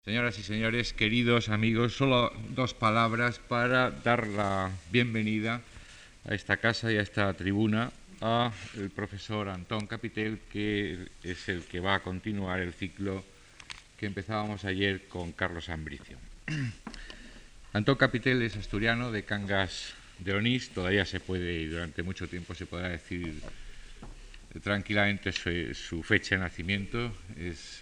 Señoras y señores, queridos amigos, solo dos palabras para dar la bienvenida a esta casa y a esta tribuna a el profesor Antón Capitel, que es el que va a continuar el ciclo que empezábamos ayer con Carlos Ambricio. Antón Capitel es asturiano de Cangas de Onís, todavía se puede y durante mucho tiempo se podrá decir tranquilamente su fecha de nacimiento, es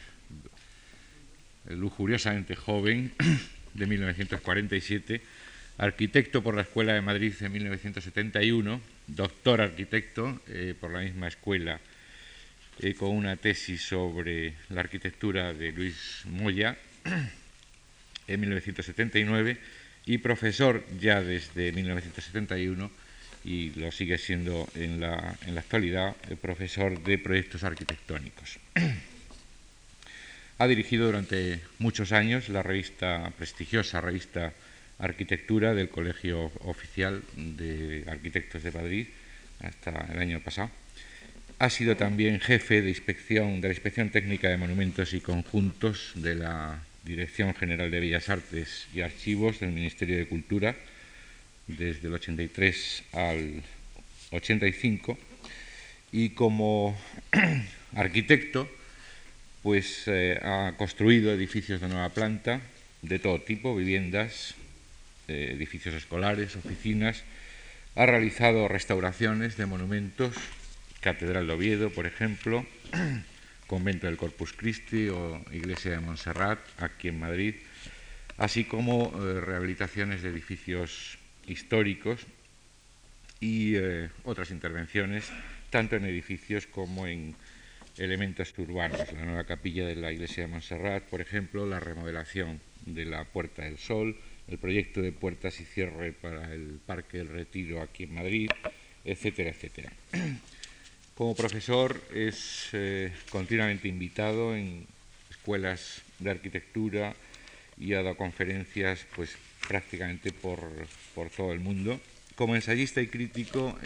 lujuriosamente joven, de 1947, arquitecto por la Escuela de Madrid en 1971, doctor arquitecto por la misma escuela, con una tesis sobre la arquitectura de Luis Moya en 1979 y profesor ya desde 1971 y lo sigue siendo en la actualidad, profesor de proyectos arquitectónicos. Ha dirigido durante muchos años la prestigiosa revista Arquitectura del Colegio Oficial de Arquitectos de Madrid hasta el año pasado. Ha sido también jefe de la Inspección Técnica de Monumentos y Conjuntos de la Dirección General de Bellas Artes y Archivos del Ministerio de Cultura desde el 83 al 85 y como arquitecto pues ha construido edificios de nueva planta de todo tipo, viviendas, edificios escolares, oficinas, ha realizado restauraciones de monumentos, Catedral de Oviedo, por ejemplo, Convento del Corpus Christi o Iglesia de Montserrat, aquí en Madrid, así como rehabilitaciones de edificios históricos y otras intervenciones, tanto en edificios como en elementos urbanos, la nueva capilla de la Iglesia de Montserrat, por ejemplo, la remodelación de la Puerta del Sol, el proyecto de puertas y cierre para el Parque del Retiro aquí en Madrid, etcétera, etcétera. Como profesor es continuamente invitado en escuelas de arquitectura y ha dado conferencias pues prácticamente por todo el mundo. Como ensayista y crítico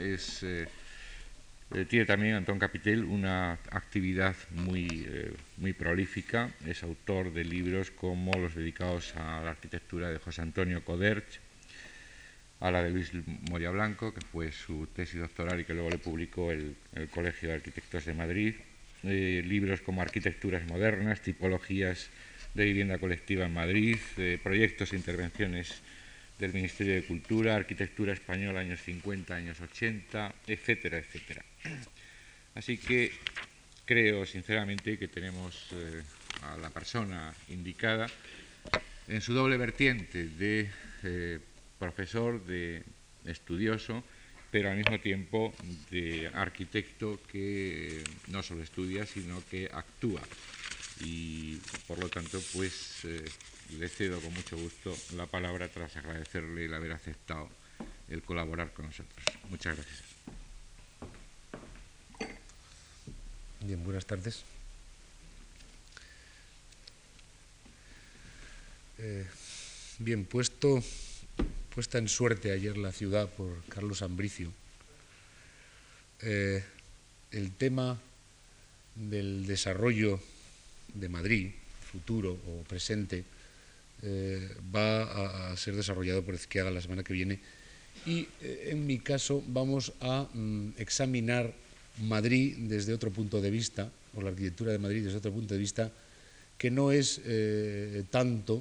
tiene también Antón Capitel una actividad muy prolífica. Es autor de libros como los dedicados a la arquitectura de José Antonio Coderch, a la de Luis Moya Blanco, que fue su tesis doctoral y que luego le publicó el Colegio de Arquitectos de Madrid, libros como Arquitecturas Modernas, Tipologías de Vivienda Colectiva en Madrid, proyectos e intervenciones del Ministerio de Cultura, Arquitectura Española años 50, años 80, etcétera, etcétera. Así que creo sinceramente que tenemos a la persona indicada en su doble vertiente de profesor, de estudioso, pero al mismo tiempo de arquitecto que no solo estudia, sino que actúa. Y por lo tanto, pues le cedo con mucho gusto la palabra tras agradecerle el haber aceptado el colaborar con nosotros. Muchas gracias. Bien, buenas tardes. Bien, puesta en suerte ayer la ciudad por Carlos Ambricio, el tema del desarrollo de Madrid, futuro o presente, va a ser desarrollado por Ezquerra la semana que viene y en mi caso vamos a examinar Madrid desde otro punto de vista, o la arquitectura de Madrid desde otro punto de vista, que no es tanto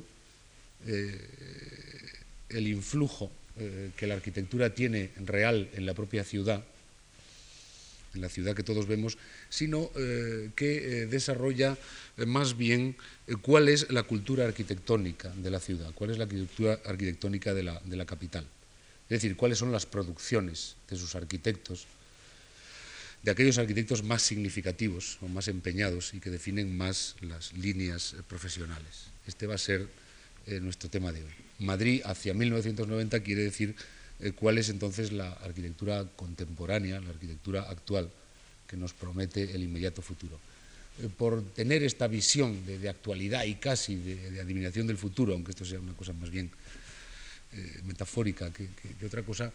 el influjo que la arquitectura tiene real en la propia ciudad, en la ciudad que todos vemos, sino que desarrolla más bien cuál es la cultura arquitectónica de la ciudad, cuál es la cultura arquitectónica de la capital. Es decir, cuáles son las producciones de sus arquitectos, de aquellos arquitectos más significativos o más empeñados y que definen más las líneas profesionales. Este va a ser nuestro tema de hoy. Madrid hacia 1990 quiere decir cuál es entonces la arquitectura contemporánea, la arquitectura actual que nos promete el inmediato futuro. Por tener esta visión de actualidad y casi de adivinación del futuro, aunque esto sea una cosa más bien metafórica que otra cosa,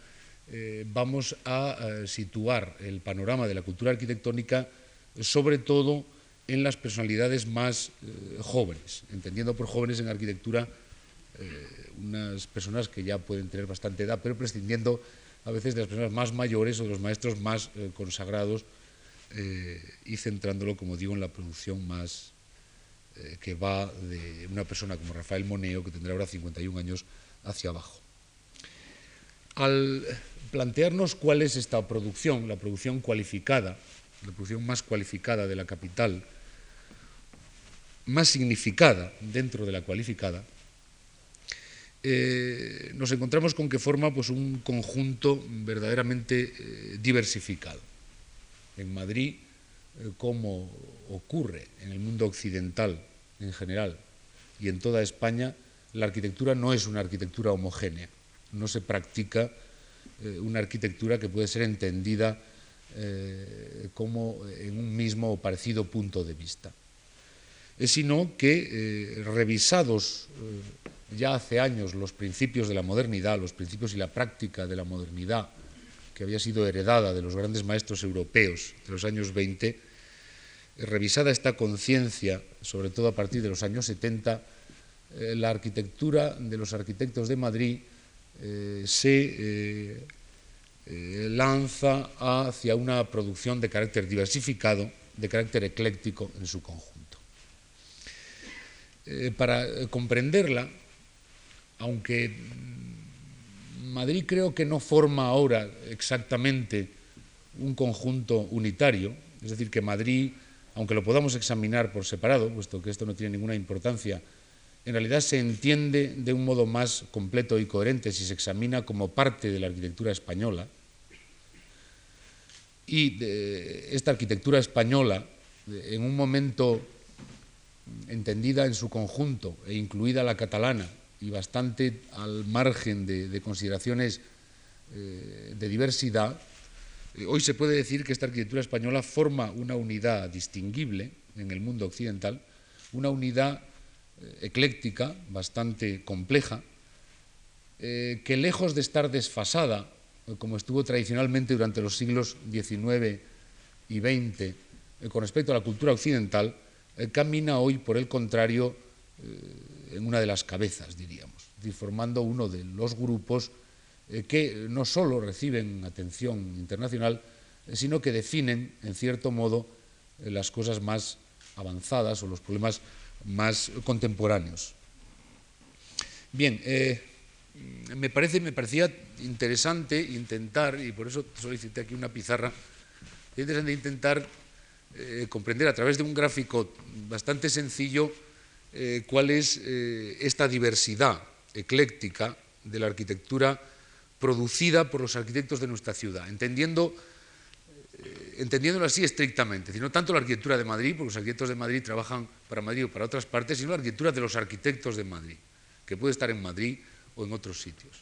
vamos a situar el panorama de la cultura arquitectónica sobre todo en las personalidades más jóvenes, entendiendo por jóvenes en arquitectura unas personas que ya pueden tener bastante edad, pero prescindiendo a veces de las personas más mayores o de los maestros más consagrados y centrándolo, como digo, en la producción más que va de una persona como Rafael Moneo, que tendrá ahora 51 años, hacia abajo. Al plantearnos cuál es esta producción, la producción cualificada, la producción más cualificada de la capital, más significada dentro de la cualificada, nos encontramos con que forma pues, un conjunto verdaderamente diversificado. En Madrid, como ocurre en el mundo occidental en general y en toda España, la arquitectura no es una arquitectura homogénea, no se practica una arquitectura que puede ser entendida como en un mismo o parecido punto de vista, sino que revisados ya hace años los principios de la modernidad, los principios y la práctica de la modernidad que había sido heredada de los grandes maestros europeos de los años 20, revisada esta conciencia, sobre todo a partir de los años 70, la arquitectura de los arquitectos de Madrid se lanza hacia una producción de carácter diversificado, de carácter ecléctico en su conjunto. Para comprenderla, aunque Madrid creo que no forma ahora exactamente un conjunto unitario, es decir, que Madrid, aunque lo podamos examinar por separado, puesto que esto no tiene ninguna importancia, en realidad se entiende de un modo más completo y coherente si se examina como parte de la arquitectura española. Y esta arquitectura española, en un momento entendida en su conjunto e incluida la catalana y bastante al margen de consideraciones de diversidad, hoy se puede decir que esta arquitectura española forma una unidad distinguible en el mundo occidental, una unidad ecléctica, bastante compleja, que lejos de estar desfasada, como estuvo tradicionalmente durante los siglos XIX y XX, con respecto a la cultura occidental, camina hoy, por el contrario, en una de las cabezas, diríamos, formando uno de los grupos que no solo reciben atención internacional, sino que definen, en cierto modo, las cosas más avanzadas o los problemas más contemporáneos. Bien, me parecía interesante intentar, y por eso solicité aquí una pizarra, interesante intentar comprender a través de un gráfico bastante sencillo cuál es esta diversidad ecléctica de la arquitectura producida por los arquitectos de nuestra ciudad, entendiéndolo así estrictamente, no tanto la arquitectura de Madrid, porque los arquitectos de Madrid trabajan para Madrid o para otras partes, sino la arquitectura de los arquitectos de Madrid, que puede estar en Madrid o en otros sitios.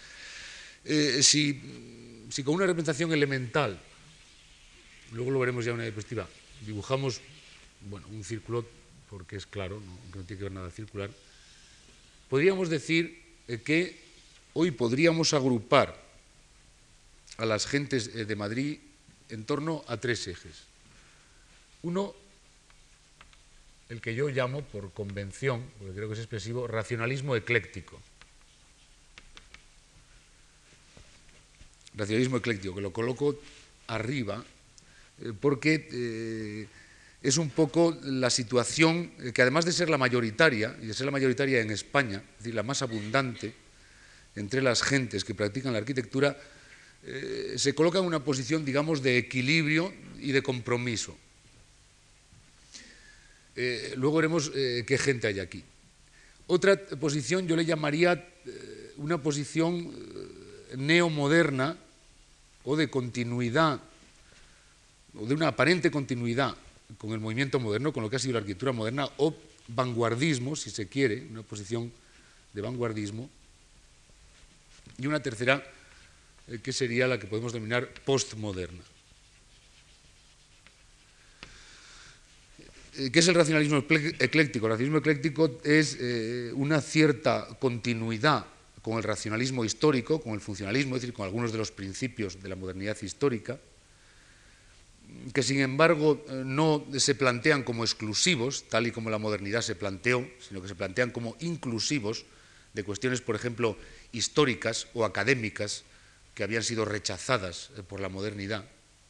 Si con una representación elemental, luego lo veremos ya en una diapositiva, dibujamos un círculo, porque es claro, que no tiene que ver nada circular, podríamos decir que hoy podríamos agrupar a las gentes de Madrid en torno a tres ejes. Uno, el que yo llamo, por convención, porque creo que es expresivo, racionalismo ecléctico. Racionalismo ecléctico, que lo coloco arriba, porque es un poco la situación que, además de ser la mayoritaria, y de ser la mayoritaria en España, es decir, la más abundante entre las gentes que practican la arquitectura, se coloca en una posición, digamos, de equilibrio y de compromiso. Luego veremos qué gente hay aquí. Otra posición yo le llamaría una posición neomoderna o de continuidad, o de una aparente continuidad con el movimiento moderno, con lo que ha sido la arquitectura moderna, o vanguardismo, si se quiere, una posición de vanguardismo. Y una tercera, que sería la que podemos denominar postmoderna. ¿Qué es el racionalismo ecléctico? El racionalismo ecléctico es una cierta continuidad con el racionalismo histórico, con el funcionalismo, es decir, con algunos de los principios de la modernidad histórica, que sin embargo no se plantean como exclusivos, tal y como la modernidad se planteó, sino que se plantean como inclusivos de cuestiones, por ejemplo, históricas o académicas que habían sido rechazadas por la modernidad.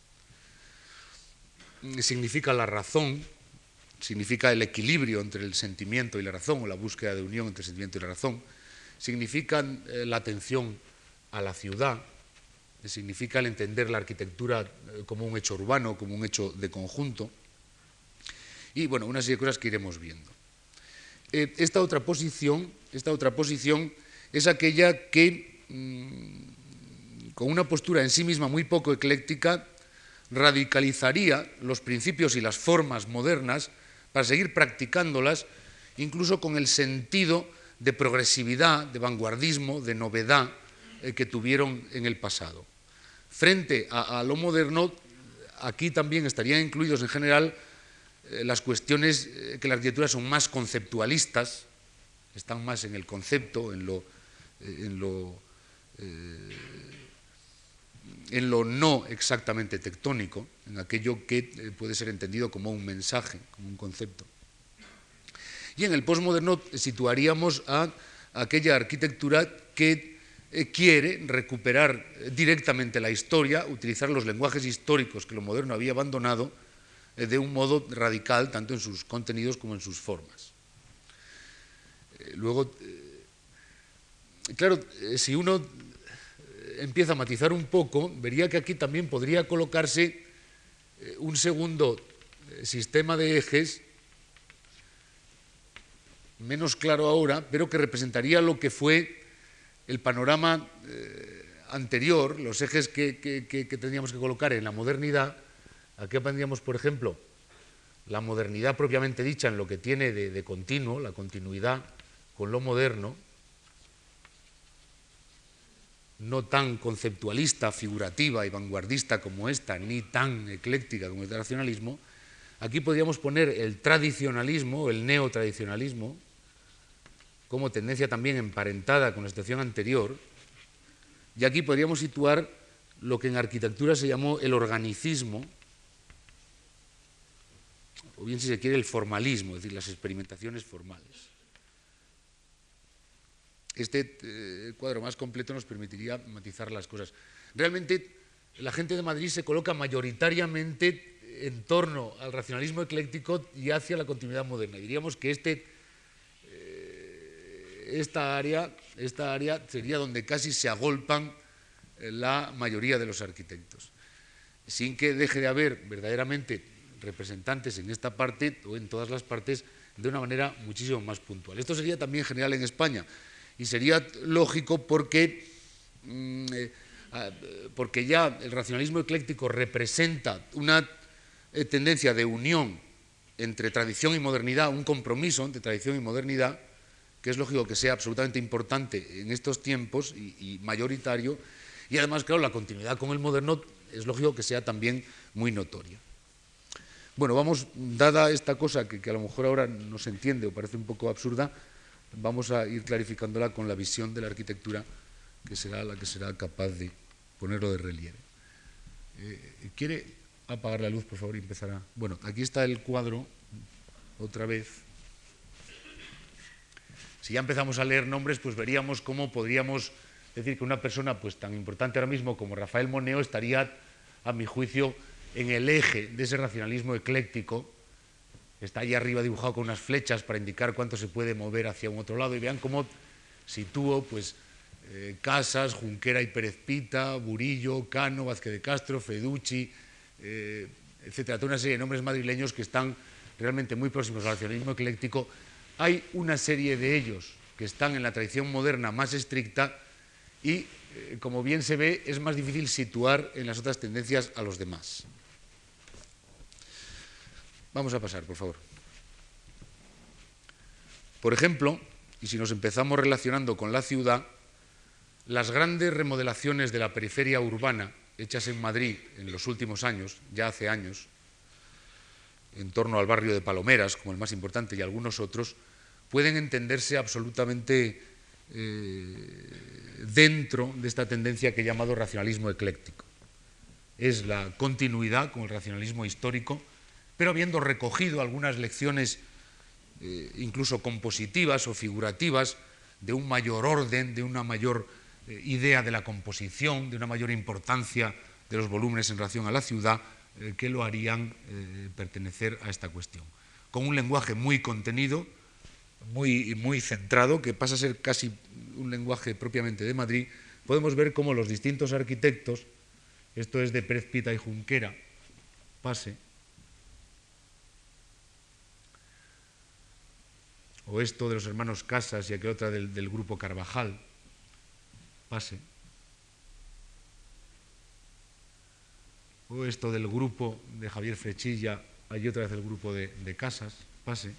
Significa la razón, significa el equilibrio entre el sentimiento y la razón, o la búsqueda de unión entre el sentimiento y la razón, significan la atención a la ciudad, significa el entender la arquitectura como un hecho urbano, como un hecho de conjunto, y bueno, una serie de cosas que iremos viendo. Esta otra posición es aquella que, con una postura en sí misma muy poco ecléctica, radicalizaría los principios y las formas modernas para seguir practicándolas, incluso con el sentido de progresividad, de vanguardismo, de novedad que tuvieron en el pasado. Frente a lo moderno, aquí también estarían incluidos en general las cuestiones que la arquitectura son más conceptualistas, están más en el concepto, en lo no exactamente tectónico, en aquello que puede ser entendido como un mensaje, como un concepto. Y en el posmoderno situaríamos a aquella arquitectura que quiere recuperar directamente la historia, utilizar los lenguajes históricos que lo moderno había abandonado de un modo radical, tanto en sus contenidos como en sus formas. Luego, claro, si uno empieza a matizar un poco, vería que aquí también podría colocarse un segundo sistema de ejes, menos claro ahora, pero que representaría lo que fue el panorama anterior, los ejes que tendríamos que colocar en la modernidad. Aquí aprendíamos, por ejemplo, la modernidad propiamente dicha en lo que tiene de continuo, la continuidad con lo moderno, no tan conceptualista, figurativa y vanguardista como esta, ni tan ecléctica como el racionalismo. Aquí podríamos poner el tradicionalismo, el neotradicionalismo, como tendencia también emparentada con la situación anterior, y aquí podríamos situar lo que en arquitectura se llamó el organicismo, o bien si se quiere el formalismo, es decir, las experimentaciones formales. Este cuadro más completo nos permitiría matizar las cosas. Realmente la gente de Madrid se coloca mayoritariamente en torno al racionalismo ecléctico y hacia la continuidad moderna. Diríamos que esta área sería donde casi se agolpan la mayoría de los arquitectos, sin que deje de haber verdaderamente representantes en esta parte o en todas las partes de una manera muchísimo más puntual. Esto sería también general en España y sería lógico porque ya el racionalismo ecléctico representa una tendencia de unión entre tradición y modernidad, un compromiso entre tradición y modernidad, que es lógico que sea absolutamente importante en estos tiempos y mayoritario, y además, claro, la continuidad con el moderno es lógico que sea también muy notoria. Bueno, vamos, dada esta cosa que a lo mejor ahora no se entiende o parece un poco absurda, vamos a ir clarificándola con la visión de la arquitectura, que será la que será capaz de ponerlo de relieve. ¿Quiere apagar la luz, por favor, y empezar a...? Bueno, aquí está el cuadro, otra vez. Si ya empezamos a leer nombres, pues veríamos cómo podríamos decir que una persona pues tan importante ahora mismo como Rafael Moneo estaría, a mi juicio, en el eje de ese racionalismo ecléctico. Está allí arriba dibujado con unas flechas para indicar cuánto se puede mover hacia un otro lado, y vean cómo sitúo pues, Casas, Junquera y Pérez Pita, Burillo, Cano, Vázquez de Castro, Feducci, etcétera, toda una serie de nombres madrileños que están realmente muy próximos al racionalismo ecléctico. Hay una serie de ellos que están en la tradición moderna más estricta y, como bien se ve, es más difícil situar en las otras tendencias a los demás. Vamos a pasar, por favor. Por ejemplo, y si nos empezamos relacionando con la ciudad, las grandes remodelaciones de la periferia urbana hechas en Madrid en los últimos años, ya hace años, en torno al barrio de Palomeras, como el más importante, y algunos otros, pueden entenderse absolutamente dentro de esta tendencia que he llamado racionalismo ecléctico. es la continuidad con el racionalismo histórico, pero habiendo recogido algunas lecciones incluso compositivas o figurativas de un mayor orden, de una mayor idea de la composición, de una mayor importancia de los volúmenes en relación a la ciudad, que lo harían pertenecer a esta cuestión. Con un lenguaje muy contenido, muy centrado, que pasa a ser casi un lenguaje propiamente de Madrid, podemos ver cómo los distintos arquitectos, esto es de Pérez Pita y Junquera, pase, o esto de los hermanos Casas y aquella otra del grupo Carvajal, pase, o esto del grupo de Javier Frechilla, hay otra vez el grupo de Casas, pase,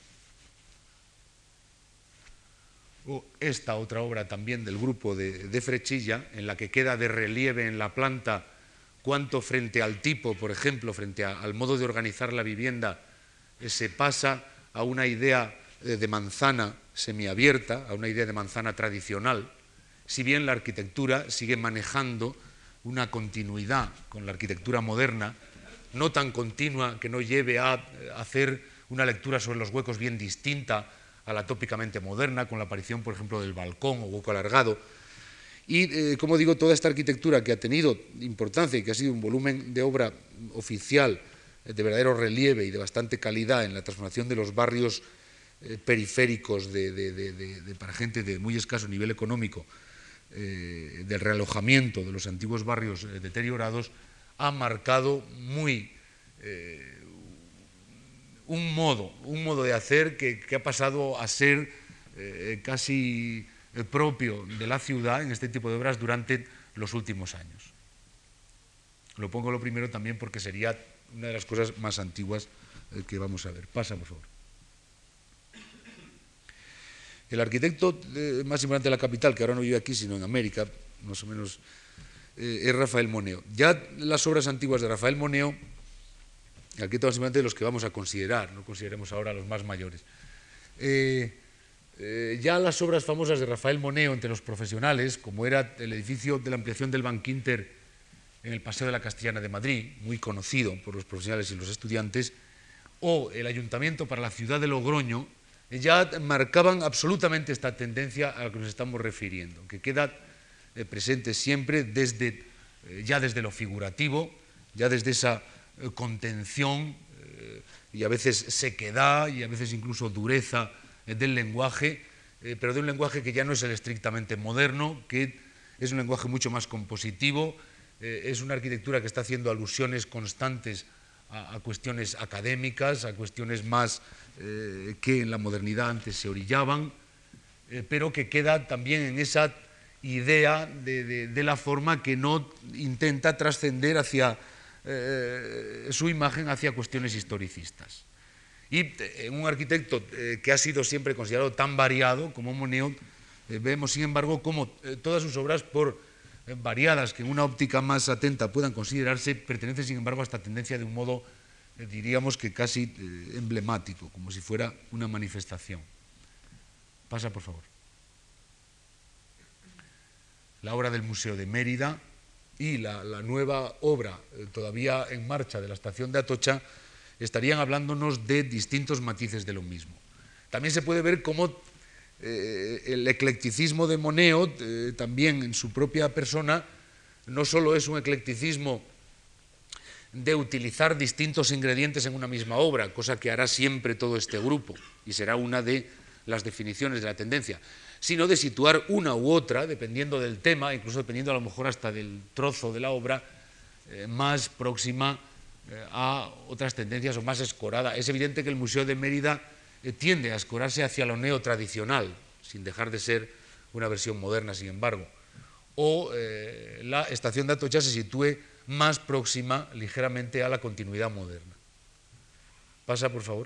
o esta otra obra también del grupo de Frechilla, en la que queda de relieve en la planta cuánto frente al tipo, por ejemplo, frente al modo de organizar la vivienda, se pasa a una idea de manzana semiabierta, a una idea de manzana tradicional, si bien la arquitectura sigue manejando una continuidad con la arquitectura moderna, no tan continua que no lleve a hacer una lectura sobre los huecos bien distinta a la tópicamente moderna, con la aparición, por ejemplo, del balcón o hueco alargado. Y, como digo, toda esta arquitectura que ha tenido importancia y que ha sido un volumen de obra oficial de verdadero relieve y de bastante calidad en la transformación de los barrios periféricos para gente de muy escaso nivel económico, del realojamiento de los antiguos barrios deteriorados, ha marcado muy un modo de hacer que ha pasado a ser casi propio de la ciudad en este tipo de obras durante los últimos años. Lo pongo lo primero también porque sería una de las cosas más antiguas que vamos a ver. Pasa, por favor. El arquitecto más importante de la capital, que ahora no vive aquí sino en América, más o menos, es Rafael Moneo. Ya las obras antiguas de Rafael Moneo, el arquitecto más importante de los que vamos a considerar, no consideremos ahora los más mayores. Ya las obras famosas de Rafael Moneo entre los profesionales, como era el edificio de la ampliación del Bankinter en el Paseo de la Castellana de Madrid, muy conocido por los profesionales y los estudiantes, o el Ayuntamiento para la ciudad de Logroño, ya marcaban absolutamente esta tendencia a la que nos estamos refiriendo, que queda presente siempre ya desde lo figurativo, ya desde esa contención y a veces sequedad y a veces incluso dureza del lenguaje, pero de un lenguaje que ya no es el estrictamente moderno, que es un lenguaje mucho más compositivo, es una arquitectura que está haciendo alusiones constantes a cuestiones académicas, a cuestiones más que en la modernidad antes se orillaban, pero que queda también en esa idea de la forma que no intenta trascender hacia su imagen hacia cuestiones historicistas. Y en un arquitecto que ha sido siempre considerado tan variado como Moneo, vemos sin embargo cómo todas sus obras, por variadas que en una óptica más atenta puedan considerarse, pertenecen sin embargo a esta tendencia de un modo, diríamos que casi emblemático, como si fuera una manifestación. Pasa, por favor. La obra del Museo de Mérida y la nueva obra todavía en marcha de la estación de Atocha estarían hablándonos de distintos matices de lo mismo. También se puede ver cómo el eclecticismo de Moneo, también en su propia persona, no solo es un eclecticismo de utilizar distintos ingredientes en una misma obra, cosa que hará siempre todo este grupo, y será una de las definiciones de la tendencia, sino de situar una u otra, dependiendo del tema, incluso dependiendo a lo mejor hasta del trozo de la obra, más próxima a otras tendencias o más escorada. Es evidente que el Museo de Mérida tiende a escorarse hacia lo neotradicional, sin dejar de ser una versión moderna, sin embargo. O la estación de Atocha se sitúe más próxima, ligeramente, a la continuidad moderna. Pasa, por favor.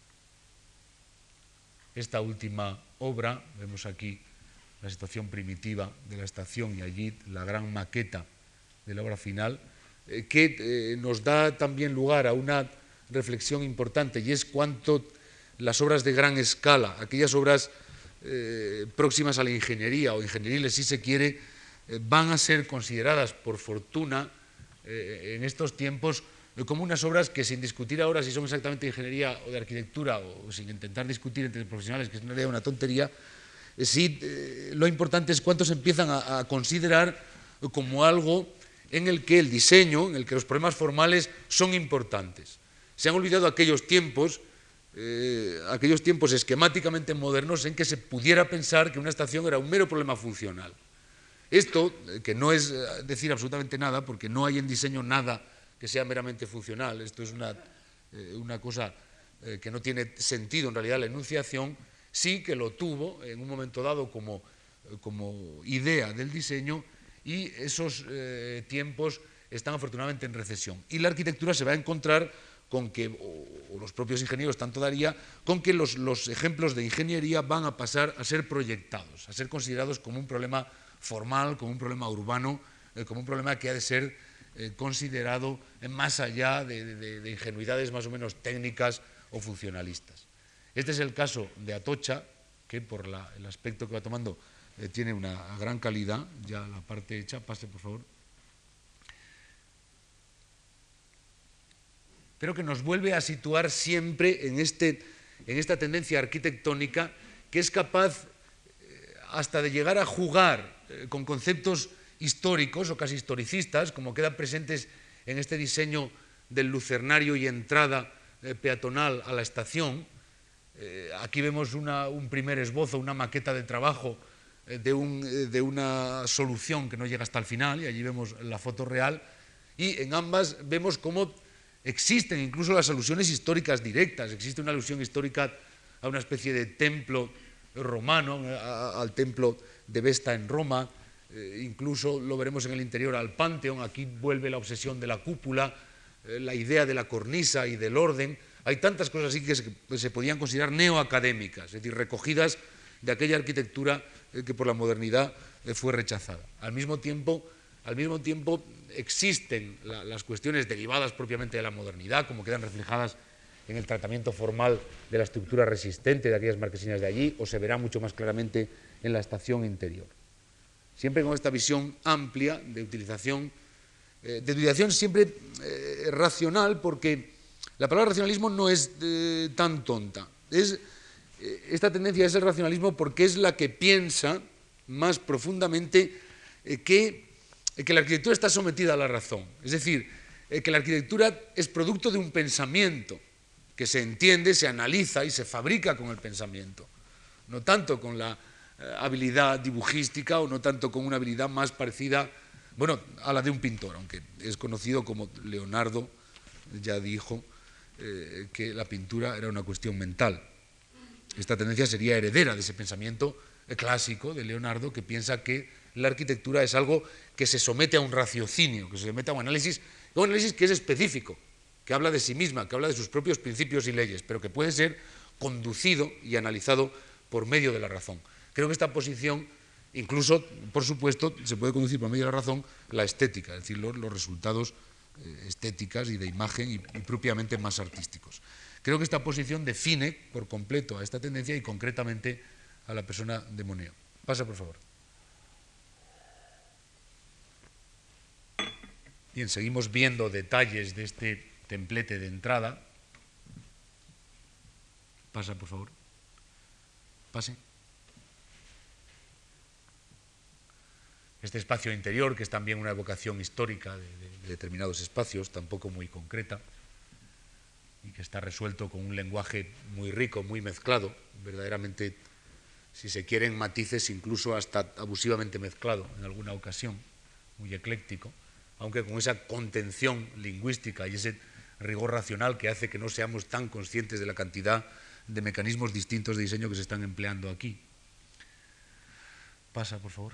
Esta última obra, vemos aquí la situación primitiva de la estación y allí la gran maqueta de la obra final, que nos da también lugar a una reflexión importante, y es cuánto las obras de gran escala, aquellas obras próximas a la ingeniería o ingenieriles si se quiere, van a ser consideradas por fortuna en estos tiempos como unas obras que, sin discutir ahora si son exactamente de ingeniería o de arquitectura, o sin intentar discutir entre profesionales, que es en realidad una tontería, sí, lo importante es cuántos empiezan a considerar como algo en el que el diseño, en el que los problemas formales son importantes. Se han olvidado aquellos tiempos esquemáticamente modernos en que se pudiera pensar que una estación era un mero problema funcional. Esto, que no es decir absolutamente nada, porque no hay en diseño nada que sea meramente funcional, esto es una cosa que no tiene sentido en realidad la enunciación, sí que lo tuvo en un momento dado como idea del diseño, y esos tiempos están afortunadamente en recesión. Y la arquitectura se va a encontrar con que, o los propios ingenieros tanto daría, con que los ejemplos de ingeniería van a pasar a ser proyectados, a ser considerados como un problema formal, como un problema urbano, como un problema que ha de ser considerado más allá de ingenuidades más o menos técnicas o funcionalistas. Este es el caso de Atocha, que por el aspecto que va tomando tiene una gran calidad. Ya la parte hecha, pase por favor. Pero que nos vuelve a situar siempre en esta tendencia arquitectónica que es capaz hasta de llegar a jugar con conceptos históricos o casi historicistas, como quedan presentes en este diseño del lucernario y entrada peatonal a la estación. Aquí vemos un primer esbozo, una maqueta de trabajo de una solución que no llega hasta el final, y allí vemos la foto real, y en ambas vemos cómo existen incluso las alusiones históricas directas. Existe una alusión histórica a una especie de templo romano, al templo de Vesta en Roma, incluso lo veremos en el interior al Panteón. Aquí vuelve la obsesión de la cúpula, la idea de la cornisa y del orden. Hay tantas cosas así que se podían considerar neoacadémicas, es decir, recogidas de aquella arquitectura que por la modernidad fue rechazada. Al mismo tiempo existen las cuestiones derivadas propiamente de la modernidad, como quedan reflejadas en el tratamiento formal de la estructura resistente de aquellas marquesinas de allí, o se verá mucho más claramente en la estación interior. Siempre con esta visión amplia de utilización siempre racional, porque la palabra racionalismo no es tan tonta. Esta tendencia es el racionalismo porque es la que piensa más profundamente que la arquitectura está sometida a la razón. Es decir, que la arquitectura es producto de un pensamiento que se entiende, se analiza y se fabrica con el pensamiento, no tanto con la habilidad dibujística, o no tanto con una habilidad más parecida, bueno, a la de un pintor, aunque es conocido como Leonardo ya dijo que la pintura era una cuestión mental. Esta tendencia sería heredera de ese pensamiento clásico de Leonardo, que piensa que la arquitectura es algo que se somete a un raciocinio, que se somete a un análisis que es específico, que habla de sí misma, que habla de sus propios principios y leyes, pero que puede ser conducido y analizado por medio de la razón. Creo que esta posición, incluso, por supuesto, se puede conducir por medio de la razón la estética, es decir, los resultados estéticas y de imagen y propiamente más artísticos. Creo que esta posición define por completo a esta tendencia y concretamente a la persona de Moneo. Pasa, por favor. Bien, seguimos viendo detalles de este templete de entrada. Pasa, por favor. Pase. Este espacio interior, que es también una evocación histórica de determinados espacios, tampoco muy concreta, y que está resuelto con un lenguaje muy rico, muy mezclado, verdaderamente, si se quieren, matices incluso hasta abusivamente mezclado en alguna ocasión, muy ecléctico, aunque con esa contención lingüística y ese rigor racional que hace que no seamos tan conscientes de la cantidad de mecanismos distintos de diseño que se están empleando aquí. Pasa, por favor.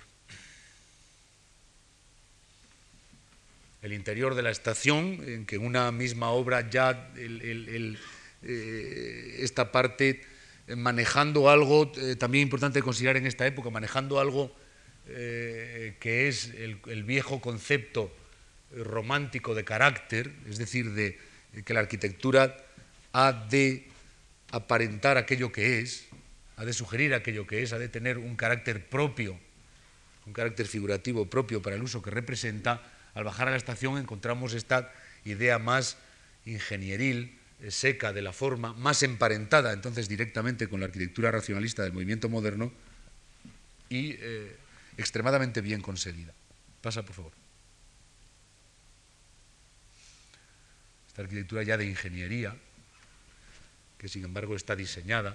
El interior de la estación, en que una misma obra ya esta parte manejando algo también importante de considerar en esta época, manejando algo que es el viejo concepto romántico de carácter, es decir, de que la arquitectura ha de aparentar aquello que es, ha de sugerir aquello que es, ha de tener un carácter propio, un carácter figurativo propio para el uso que representa, al bajar a la estación encontramos esta idea más ingenieril, seca de la forma, más emparentada entonces directamente con la arquitectura racionalista del movimiento moderno y extremadamente bien conseguida. Pasa, por favor. Esta arquitectura ya de ingeniería, que sin embargo está diseñada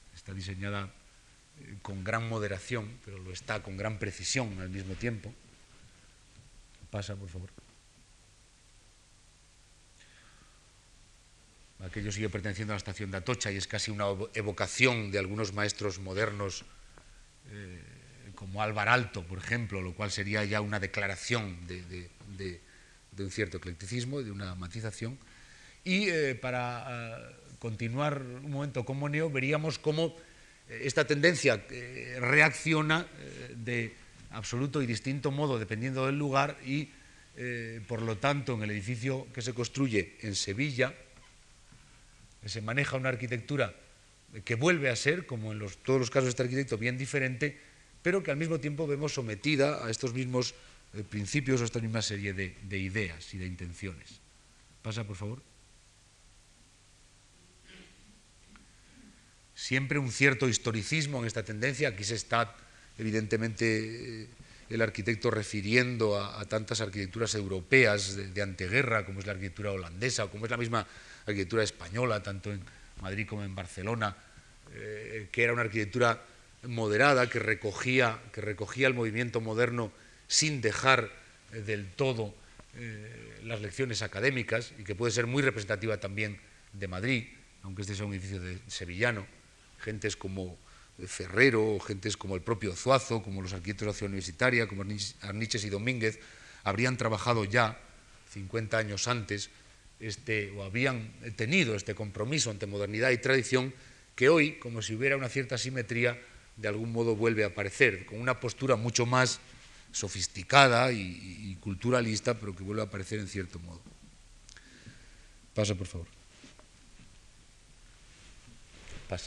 con gran moderación, pero lo está con gran precisión al mismo tiempo. Pasa, por favor. Aquello sigue perteneciendo a la estación de Atocha y es casi una evocación de algunos maestros modernos como Álvar Alto, por ejemplo, lo cual sería ya una declaración de un cierto eclecticismo, de una matización. Y para continuar un momento con Moneo, veríamos cómo esta tendencia reacciona de absoluto y distinto modo dependiendo del lugar y, por lo tanto, en el edificio que se construye en Sevilla, se maneja una arquitectura que vuelve a ser, como en todos los casos de este arquitecto, bien diferente, pero que al mismo tiempo vemos sometida a estos mismos principios o a esta misma serie de ideas y de intenciones. Pasa, por favor. Siempre un cierto historicismo en esta tendencia. Aquí se está, evidentemente, el arquitecto refiriendo a tantas arquitecturas europeas de anteguerra, como es la arquitectura holandesa, o como es la misma arquitectura española, tanto en Madrid como en Barcelona, que era una arquitectura moderada, que recogía el movimiento moderno sin dejar del todo las lecciones académicas, y que puede ser muy representativa también de Madrid, aunque este sea un edificio sevillano. Gentes como Ferrero, gentes como el propio Zuazo, como los arquitectos de la ciudad universitaria, como Arniches y Domínguez, habrían trabajado ya 50 años antes o habían tenido este compromiso ante modernidad y tradición que hoy, como si hubiera una cierta simetría, de algún modo vuelve a aparecer, con una postura mucho más sofisticada y culturalista, pero que vuelve a aparecer en cierto modo. Pasa, por favor. Pasa.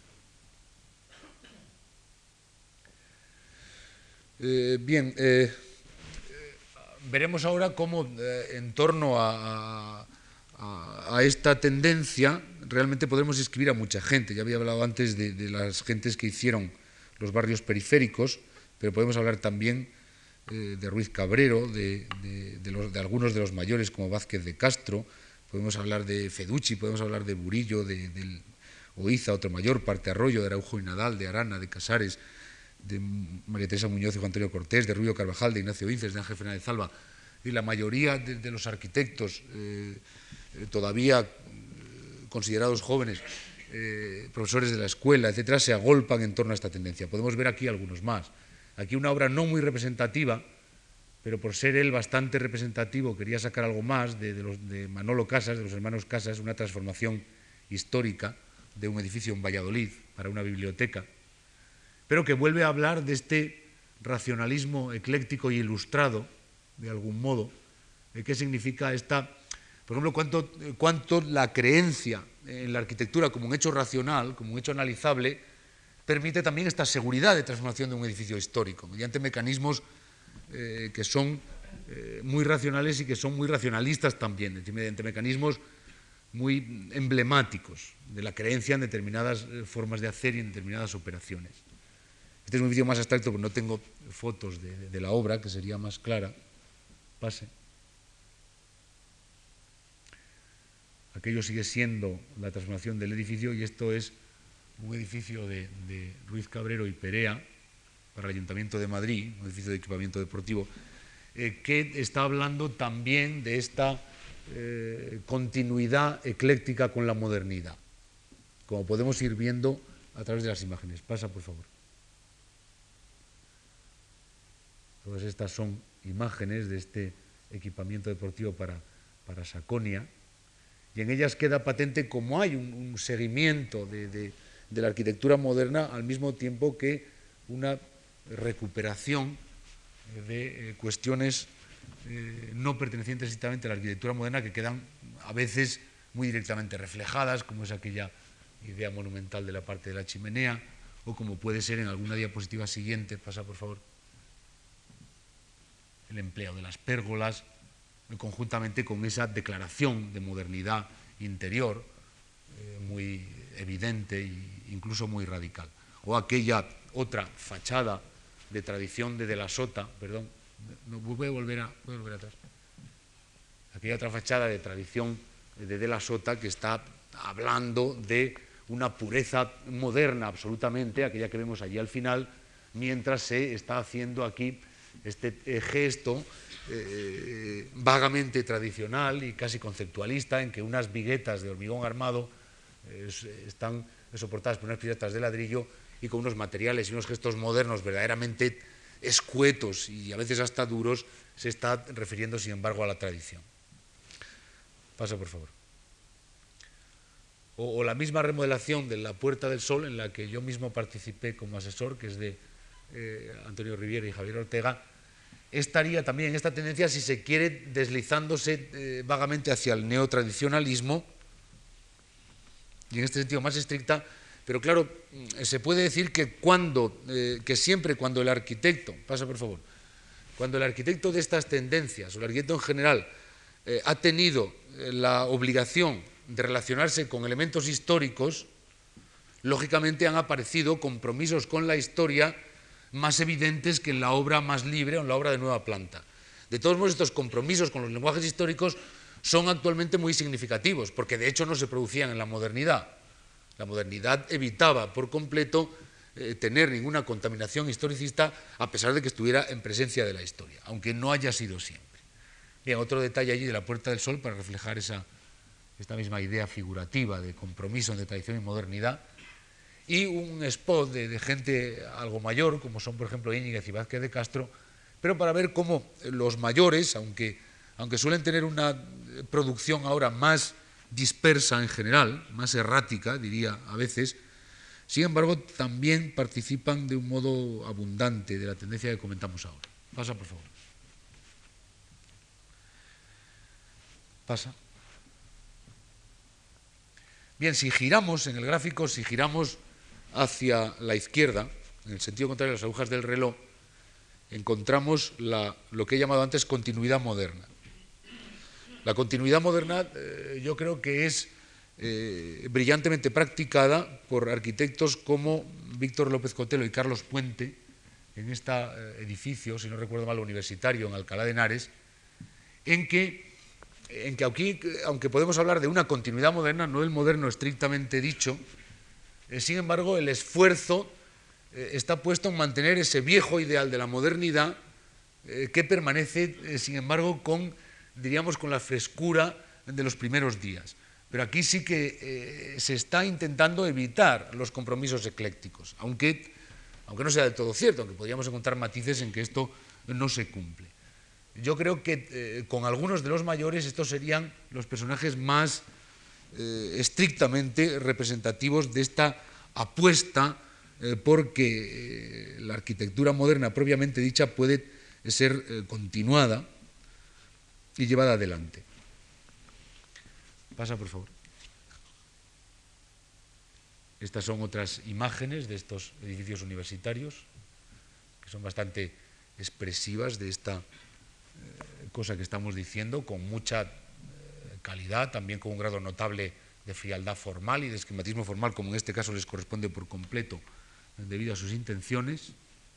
Bien, veremos ahora cómo en torno a esta tendencia realmente podremos inscribir a mucha gente. Ya había hablado antes de las gentes que hicieron los barrios periféricos, pero podemos hablar también de Ruiz Cabrero, de algunos de los mayores como Vázquez de Castro, podemos hablar de Feducci, podemos hablar de Burillo, de Oiza, otro mayor, Parte Arroyo, de Araujo y Nadal, de Arana, de Casares, de María Teresa Muñoz y Juan Antonio Cortés, de Rubio Carvajal, de Ignacio Vinces, de Ángel Fernández Alba, y la mayoría de los arquitectos todavía considerados jóvenes, profesores de la escuela, etcétera, se agolpan en torno a esta tendencia. Podemos ver aquí algunos más. Aquí una obra no muy representativa, pero por ser él bastante representativo quería sacar algo más de Manolo Casas, de los hermanos Casas, una transformación histórica de un edificio en Valladolid para una biblioteca, pero que vuelve a hablar de este racionalismo ecléctico y ilustrado, de algún modo. ¿Qué significa esta? Por ejemplo, cuánto la creencia en la arquitectura como un hecho racional, como un hecho analizable, permite también esta seguridad de transformación de un edificio histórico, mediante mecanismos que son muy racionales y que son muy racionalistas también, es decir, mediante mecanismos muy emblemáticos de la creencia en determinadas formas de hacer y en determinadas operaciones. Este es un edificio más abstracto, pero no tengo fotos de la obra, que sería más clara. Pase. Aquello sigue siendo la transformación del edificio y esto es un edificio de Ruiz Cabrero y Perea para el Ayuntamiento de Madrid, un edificio de equipamiento deportivo, que está hablando también de esta continuidad ecléctica con la modernidad, como podemos ir viendo a través de las imágenes. Pasa, por favor. Todas estas son imágenes de este equipamiento deportivo para Saconia, y en ellas queda patente cómo hay un seguimiento de la arquitectura moderna al mismo tiempo que una recuperación de cuestiones no pertenecientes estrictamente a la arquitectura moderna, que quedan a veces muy directamente reflejadas, como es aquella idea monumental de la parte de la chimenea, o como puede ser en alguna diapositiva siguiente, pasa por favor, el empleo de las pérgolas, conjuntamente con esa declaración de modernidad interior muy evidente e incluso muy radical. O aquella otra fachada de tradición de la Sota, perdón, no, voy a volver atrás. Aquella otra fachada de tradición de la Sota que está hablando de una pureza moderna absolutamente, aquella que vemos allí al final, mientras se está haciendo aquí este gesto vagamente tradicional y casi conceptualista en que unas viguetas de hormigón armado están soportadas por unas piedras de ladrillo y con unos materiales y unos gestos modernos verdaderamente escuetos y a veces hasta duros, se está refiriendo sin embargo a la tradición. Pasa por favor. O la misma remodelación de la Puerta del Sol en la que yo mismo participé como asesor, que es de Antonio Riviera y Javier Ortega, estaría también en esta tendencia, si se quiere, deslizándose vagamente hacia el neotradicionalismo, y en este sentido más estricta, pero claro, se puede decir que siempre cuando el arquitecto, pasa por favor, cuando el arquitecto de estas tendencias, o el arquitecto en general, ha tenido la obligación de relacionarse con elementos históricos, lógicamente han aparecido compromisos con la historia más evidentes que en la obra más libre o en la obra de nueva planta. De todos modos, estos compromisos con los lenguajes históricos son actualmente muy significativos, porque de hecho no se producían en la modernidad. La modernidad evitaba por completo tener ninguna contaminación historicista, a pesar de que estuviera en presencia de la historia, aunque no haya sido siempre. Bien, otro detalle allí de la Puerta del Sol para reflejar esta misma idea figurativa de compromiso entre tradición y modernidad, y un spot de gente algo mayor, como son por ejemplo Íñiguez y Vázquez de Castro, pero para ver cómo los mayores, aunque suelen tener una producción ahora más dispersa en general, más errática, diría a veces, sin embargo también participan de un modo abundante de la tendencia que comentamos ahora. Pasa, por favor. Pasa. Bien, si giramos en el gráfico, si giramos hacia la izquierda, en el sentido contrario a las agujas del reloj, encontramos lo que he llamado antes continuidad moderna. La continuidad moderna yo creo que es brillantemente practicada por arquitectos como Víctor López Cotelo y Carlos Puente en este edificio, si no recuerdo mal, universitario en Alcalá de Henares, en que aquí, aunque podemos hablar de una continuidad moderna, no el moderno estrictamente dicho, sin embargo el esfuerzo está puesto en mantener ese viejo ideal de la modernidad que permanece, sin embargo, diríamos, con la frescura de los primeros días. Pero aquí sí que se está intentando evitar los compromisos eclécticos, aunque no sea del todo cierto, aunque podríamos encontrar matices en que esto no se cumple. Yo creo que con algunos de los mayores estos serían los personajes más estrictamente representativos de esta apuesta porque la arquitectura moderna propiamente dicha puede ser continuada y llevada adelante. Pasa, por favor. Estas son otras imágenes de estos edificios universitarios, que son bastante expresivas de esta cosa que estamos diciendo, con mucha calidad, también con un grado notable de frialdad formal y de esquematismo formal, como en este caso les corresponde por completo debido a sus intenciones.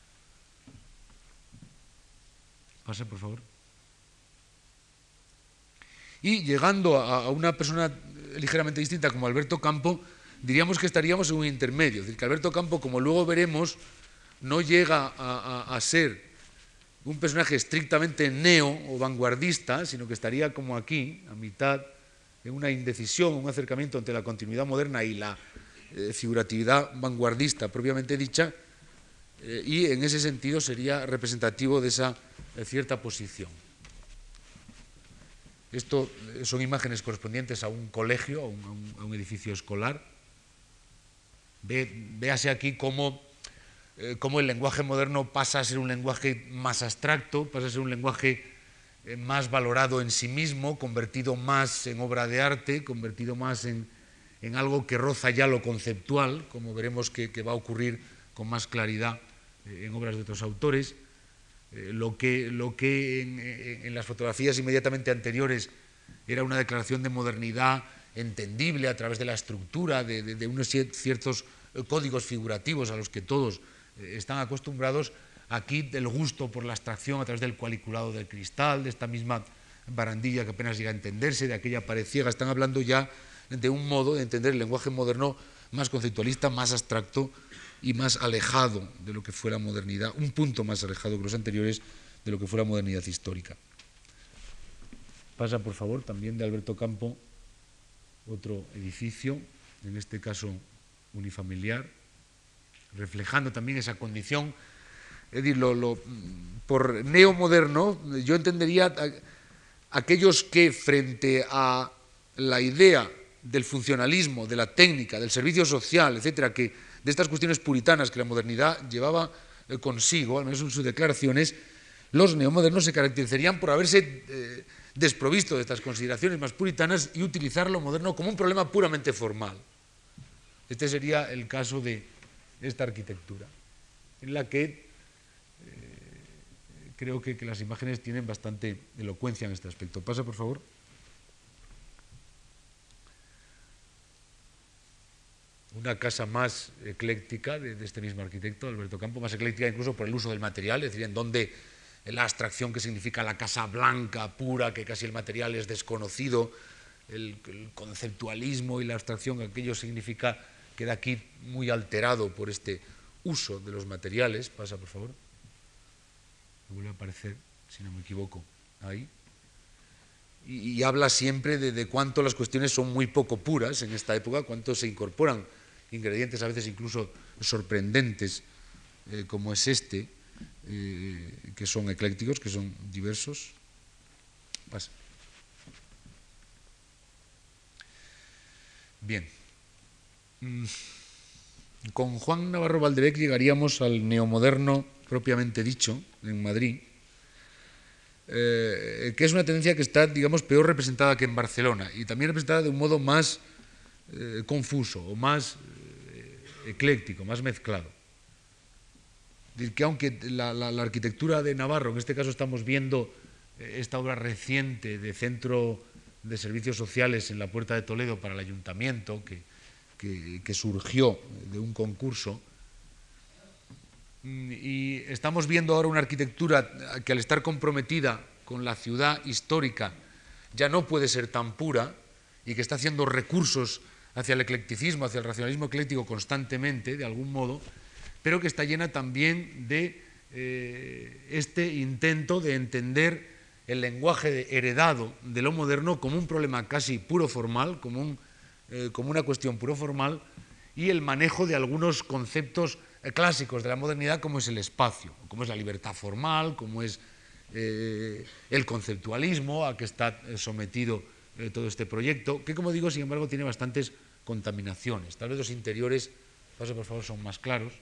Pase, por favor. Y llegando a una persona ligeramente distinta como Alberto Campo, diríamos que estaríamos en un intermedio. Es decir, que Alberto Campo, como luego veremos, no llega a ser un personaje estrictamente neo o vanguardista, sino que estaría como aquí, a mitad, en una indecisión, un acercamiento entre la continuidad moderna y la figuratividad vanguardista propiamente dicha, y en ese sentido sería representativo de esa cierta posición. Esto son imágenes correspondientes a un colegio, a un edificio escolar. Véase aquí cómo el lenguaje moderno pasa a ser un lenguaje más abstracto, pasa a ser un lenguaje más valorado en sí mismo, convertido más en obra de arte, convertido más en algo que roza ya lo conceptual, como veremos que va a ocurrir con más claridad en obras de otros autores. lo que en las fotografías inmediatamente anteriores era una declaración de modernidad entendible a través de la estructura, de unos ciertos códigos figurativos a los que todos están acostumbrados. Aquí el gusto por la abstracción a través del cuadriculado del cristal, de esta misma barandilla que apenas llega a entenderse, de aquella pared ciega, están hablando ya de un modo de entender el lenguaje moderno más conceptualista, más abstracto y más alejado de lo que fue la modernidad, un punto más alejado que los anteriores de lo que fue la modernidad histórica. Pasa, por favor, también de Alberto Campo, otro edificio, en este caso unifamiliar, reflejando también esa condición. Es decir, por neomoderno yo entendería aquellos que frente a la idea del funcionalismo, de la técnica, del servicio social, etcétera, de estas cuestiones puritanas que la modernidad llevaba consigo, al menos en sus declaraciones, los neomodernos se caracterizarían por haberse desprovisto de estas consideraciones más puritanas y utilizar lo moderno como un problema puramente formal. Este sería el caso de esta arquitectura, en la que creo que las imágenes tienen bastante elocuencia en este aspecto. Pasa, por favor. Una casa más ecléctica de este mismo arquitecto, Alberto Campo, más ecléctica incluso por el uso del material, es decir, en donde la abstracción que significa la casa blanca, pura, que casi el material es desconocido, el conceptualismo y la abstracción que aquello significa, queda aquí muy alterado por este uso de los materiales. Pasa, por favor. Vuelve a aparecer, si no me equivoco, ahí. Y habla siempre de cuánto las cuestiones son muy poco puras en esta época, cuánto se incorporan ingredientes a veces incluso sorprendentes, como es este, que son eclécticos, que son diversos. Pasa. Bien. Con Juan Navarro Valdebec llegaríamos al neomoderno propiamente dicho, en Madrid, que es una tendencia que está, digamos, peor representada que en Barcelona y también representada de un modo más confuso o más ecléctico, más mezclado. Es decir, que aunque la arquitectura de Navarro, en este caso estamos viendo esta obra reciente de Centro de Servicios Sociales en la Puerta de Toledo para el Ayuntamiento, que surgió de un concurso, y estamos viendo ahora una arquitectura que al estar comprometida con la ciudad histórica ya no puede ser tan pura y que está haciendo recursos hacia el eclecticismo, hacia el racionalismo ecléctico constantemente, de algún modo, pero que está llena también de este intento de entender el lenguaje heredado de lo moderno como un problema casi puro formal, como una cuestión puro formal, y el manejo de algunos conceptos clásicos de la modernidad, como es el espacio, como es la libertad formal, como es el conceptualismo a que está sometido todo este proyecto, que, como digo, sin embargo, tiene bastantes contaminaciones. Tal vez los interiores, pase por favor, son más claros,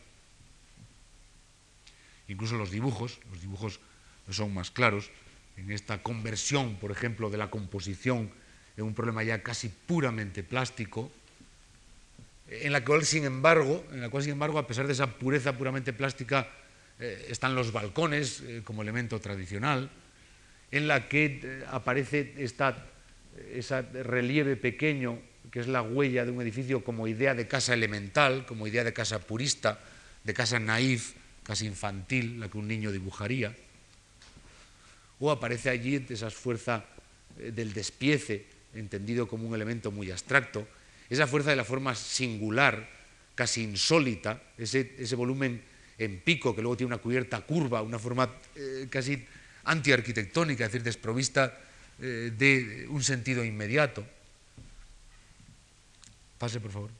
incluso los dibujos son más claros, en esta conversión, por ejemplo, de la composición en un problema ya casi puramente plástico, en la cual, sin embargo, a pesar de esa pureza puramente plástica, están los balcones como elemento tradicional, en la que aparece ese relieve pequeño, que es la huella de un edificio como idea de casa elemental, como idea de casa purista, de casa naif, casi infantil, la que un niño dibujaría. O aparece allí esa fuerza del despiece, entendido como un elemento muy abstracto, esa fuerza de la forma singular, casi insólita, ese volumen en pico que luego tiene una cubierta curva, una forma casi antiarquitectónica, es decir, desprovista de un sentido inmediato. Pase, por favor.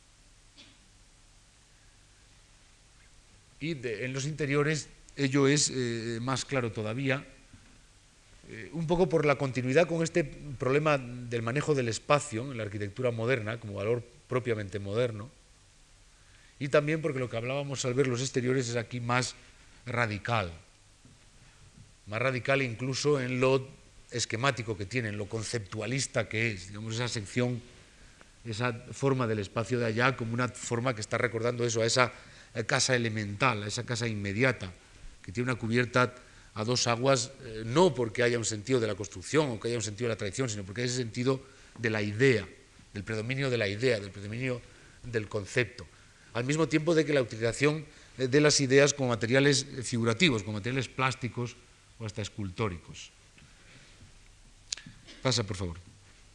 Y en los interiores ello es más claro todavía, un poco por la continuidad con este problema del manejo del espacio en la arquitectura moderna, como valor propiamente moderno, y también porque lo que hablábamos al ver los exteriores es aquí más radical incluso en lo esquemático que tiene, en lo conceptualista que es, digamos, esa sección, esa forma del espacio de allá como una forma que está recordando eso, a esa casa elemental, a esa casa inmediata, que tiene una cubierta a dos aguas, no porque haya un sentido de la construcción o que haya un sentido de la tradición, sino porque hay ese sentido de la idea, del predominio de la idea, del predominio del concepto, al mismo tiempo de que la utilización de las ideas como materiales figurativos, como materiales plásticos o hasta escultóricos. Pasa, por favor.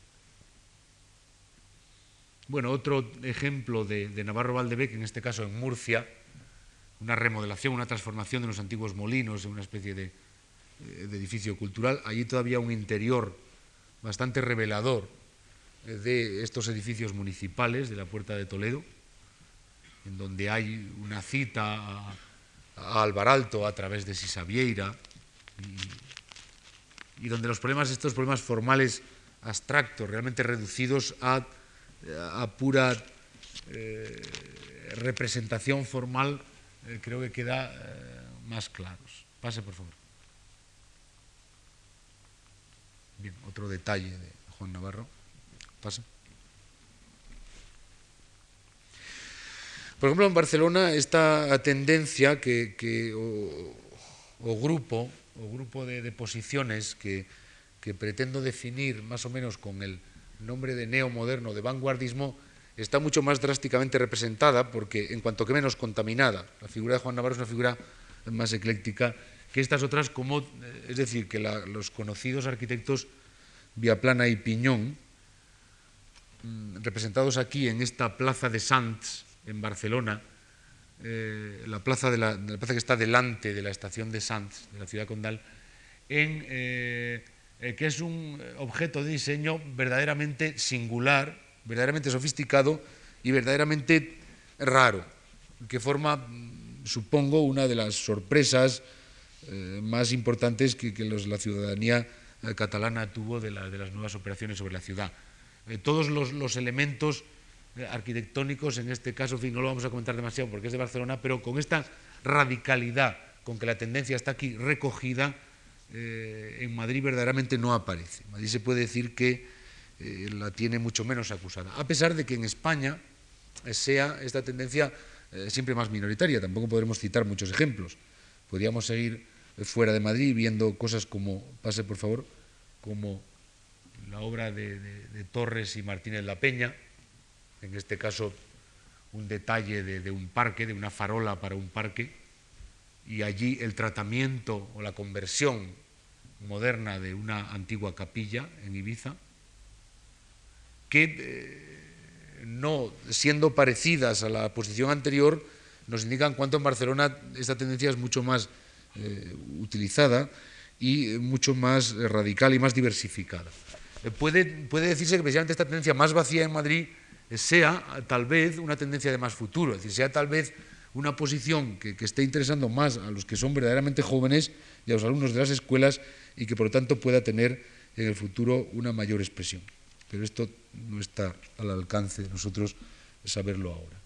Bueno, otro ejemplo de Navarro Valdebec, en este caso en Murcia, una remodelación, una transformación de los antiguos molinos en una especie de edificio cultural. Allí todavía un interior bastante revelador de estos edificios municipales de la Puerta de Toledo, en donde hay una cita a Alvaralto a través de Sisavieira, y donde los problemas, estos problemas formales abstractos, realmente reducidos a pura representación formal, creo que queda más claros. Pase, por favor. Bien, otro detalle de Juan Navarro. Pasa. Por ejemplo, en Barcelona esta tendencia o grupo de posiciones que pretendo definir más o menos con el nombre de neomoderno, de vanguardismo, está mucho más drásticamente representada porque, en cuanto que menos contaminada, la figura de Juan Navarro es una figura más ecléctica que estas otras, como, es decir, que los conocidos arquitectos Viaplana y Piñón, representados aquí en esta plaza de Sants, en Barcelona, la plaza que está delante de la estación de Sants, de la ciudad condal, que es un objeto de diseño verdaderamente singular, verdaderamente sofisticado y verdaderamente raro, que forma, supongo, una de las sorpresas más importantes que la ciudadanía catalana tuvo de las nuevas operaciones sobre la ciudad. Todos los elementos arquitectónicos, en este caso, en fin, no lo vamos a comentar demasiado porque es de Barcelona, pero con esta radicalidad con que la tendencia está aquí recogida, en Madrid verdaderamente no aparece. En Madrid se puede decir que la tiene mucho menos acusada, a pesar de que en España sea esta tendencia siempre más minoritaria. Tampoco podremos citar muchos ejemplos. Podríamos seguir fuera de Madrid viendo cosas como, pase por favor, como la obra de Torres y Martínez La Peña, en este caso un detalle de un parque, de una farola para un parque, y allí el tratamiento o la conversión moderna de una antigua capilla en Ibiza, que no siendo parecidas a la posición anterior, nos indican cuánto en Barcelona esta tendencia es mucho más utilizada y mucho más radical y más diversificada. Puede decirse que precisamente esta tendencia más vacía en Madrid sea tal vez una tendencia de más futuro, es decir, sea tal vez una posición que esté interesando más a los que son verdaderamente jóvenes y a los alumnos de las escuelas y que por lo tanto pueda tener en el futuro una mayor expresión. Pero esto no está al alcance de nosotros saberlo ahora.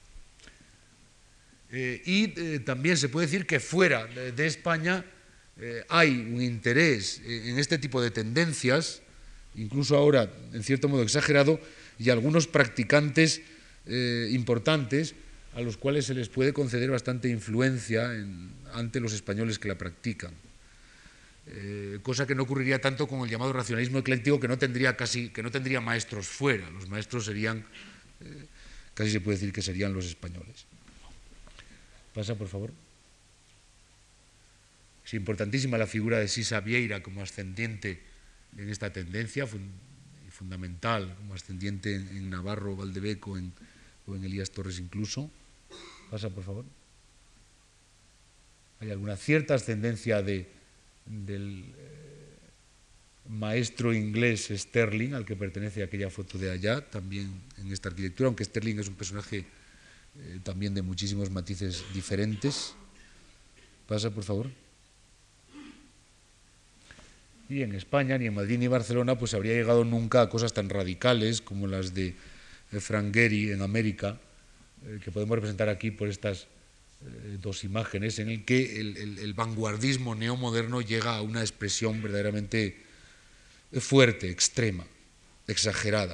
También se puede decir que fuera de España hay un interés en este tipo de tendencias, incluso ahora en cierto modo exagerado, y algunos practicantes importantes a los cuales se les puede conceder bastante influencia ante los españoles que la practican. Cosa que no ocurriría tanto con el llamado racionalismo ecléctico, que no tendría maestros fuera. Los maestros serían, casi se puede decir que serían los españoles. Pasa, por favor. Es importantísima la figura de Sisavieira como ascendiente en esta tendencia, fundamental como ascendiente en Navarro Valdebec o en Elías Torres incluso. Pasa, por favor. Hay alguna cierta ascendencia del maestro inglés Sterling, al que pertenece aquella foto de allá, también en esta arquitectura, aunque Sterling es un personaje también de muchísimos matices diferentes. Pasa, por favor. Y en España, ni en Madrid ni en Barcelona, pues habría llegado nunca a cosas tan radicales como las de Frank Gehry en América, que podemos representar aquí por estas dos imágenes, en el que el vanguardismo neomoderno llega a una expresión verdaderamente fuerte, extrema, exagerada.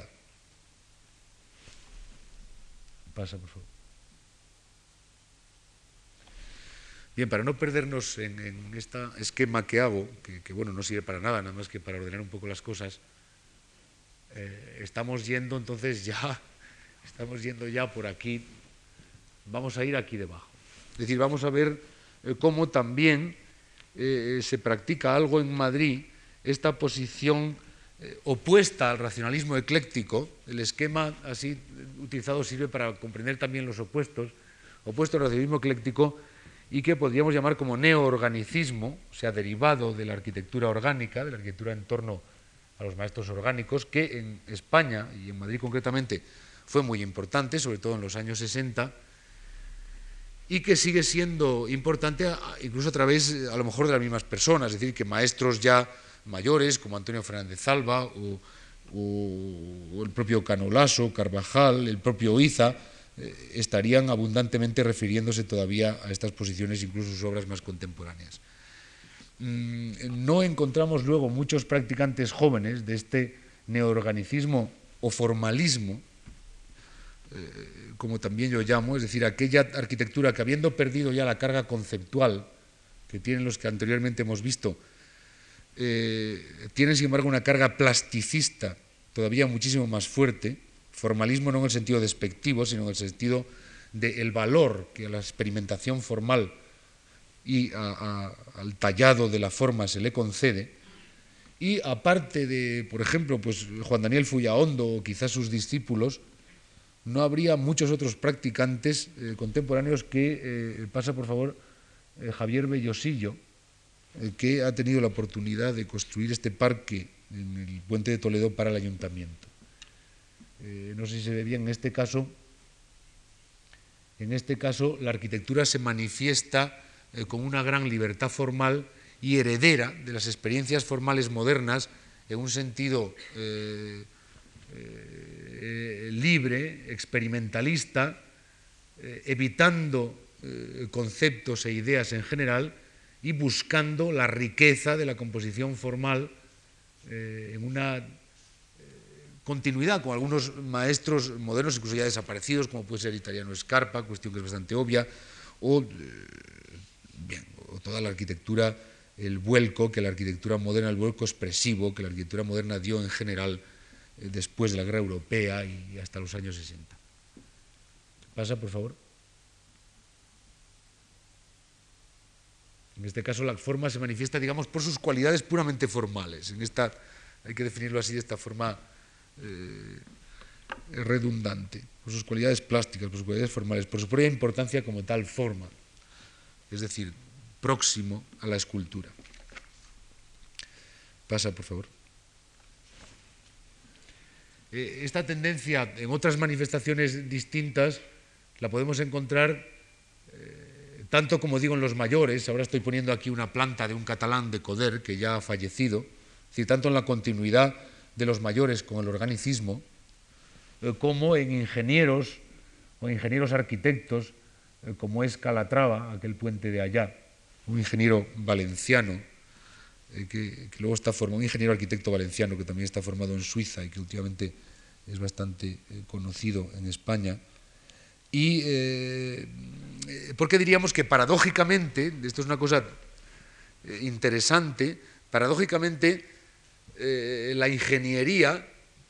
Pasa, por favor. Bien, para no perdernos en este esquema que hago, que bueno, no sirve para nada, nada más que para ordenar un poco las cosas, estamos yendo entonces ya, estamos yendo ya por aquí, vamos a ir aquí debajo. Es decir, vamos a ver cómo también se practica algo en Madrid, esta posición opuesta al racionalismo ecléctico. El esquema así utilizado sirve para comprender también los opuestos, opuesto al racionalismo ecléctico, y que podríamos llamar como neoorganicismo, o sea, derivado de la arquitectura orgánica, de la arquitectura en torno a los maestros orgánicos, que en España y en Madrid concretamente fue muy importante, sobre todo en los años 60, y que sigue siendo importante incluso a través, a lo mejor, de las mismas personas, es decir, que maestros ya mayores como Antonio Fernández Alba o el propio Cano Lasso, Carvajal, el propio Iza, estarían abundantemente refiriéndose todavía a estas posiciones, incluso sus obras más contemporáneas. No encontramos luego muchos practicantes jóvenes de este neoorganicismo o formalismo, como también yo llamo, es decir, aquella arquitectura que, habiendo perdido ya la carga conceptual que tienen los que anteriormente hemos visto, tienen sin embargo una carga plasticista todavía muchísimo más fuerte. Formalismo no en el sentido despectivo, sino en el sentido del valor que a la experimentación formal y al tallado de la forma se le concede. Y aparte de, por ejemplo, pues Juan Daniel Fullaondo o quizás sus discípulos, no habría muchos otros practicantes contemporáneos que, pasa por favor, Javier Bellosillo, que ha tenido la oportunidad de construir este parque en el Puente de Toledo para el Ayuntamiento. No sé si se ve bien, en este caso la arquitectura se manifiesta con una gran libertad formal y heredera de las experiencias formales modernas en un sentido libre, experimentalista, evitando conceptos e ideas en general y buscando la riqueza de la composición formal en una continuidad con algunos maestros modernos, incluso ya desaparecidos, como puede ser Italiano Scarpa, cuestión que es bastante obvia, o toda la arquitectura, el vuelco que la arquitectura moderna, el vuelco expresivo que la arquitectura moderna dio en general después de la guerra europea y hasta los años 60. Pasa, por favor. En este caso la forma se manifiesta, digamos, por sus cualidades puramente formales. En esta, hay que definirlo así, de esta forma redundante, por sus cualidades plásticas, por sus cualidades formales, por su propia importancia como tal forma, es decir, próximo a la escultura. Pasa, por favor. Esta tendencia en otras manifestaciones distintas la podemos encontrar tanto, como digo, en los mayores. Ahora estoy poniendo aquí una planta de un catalán de Coder que ya ha fallecido, es decir, tanto en la continuidad de los mayores con el organicismo, como en ingenieros o ingenieros arquitectos, como es Calatrava, aquel puente de allá, un ingeniero valenciano, que luego está formado, un ingeniero arquitecto valenciano que también está formado en Suiza y que últimamente es bastante conocido en España. Y porque diríamos que paradójicamente, esto es una cosa interesante, paradójicamente la ingeniería,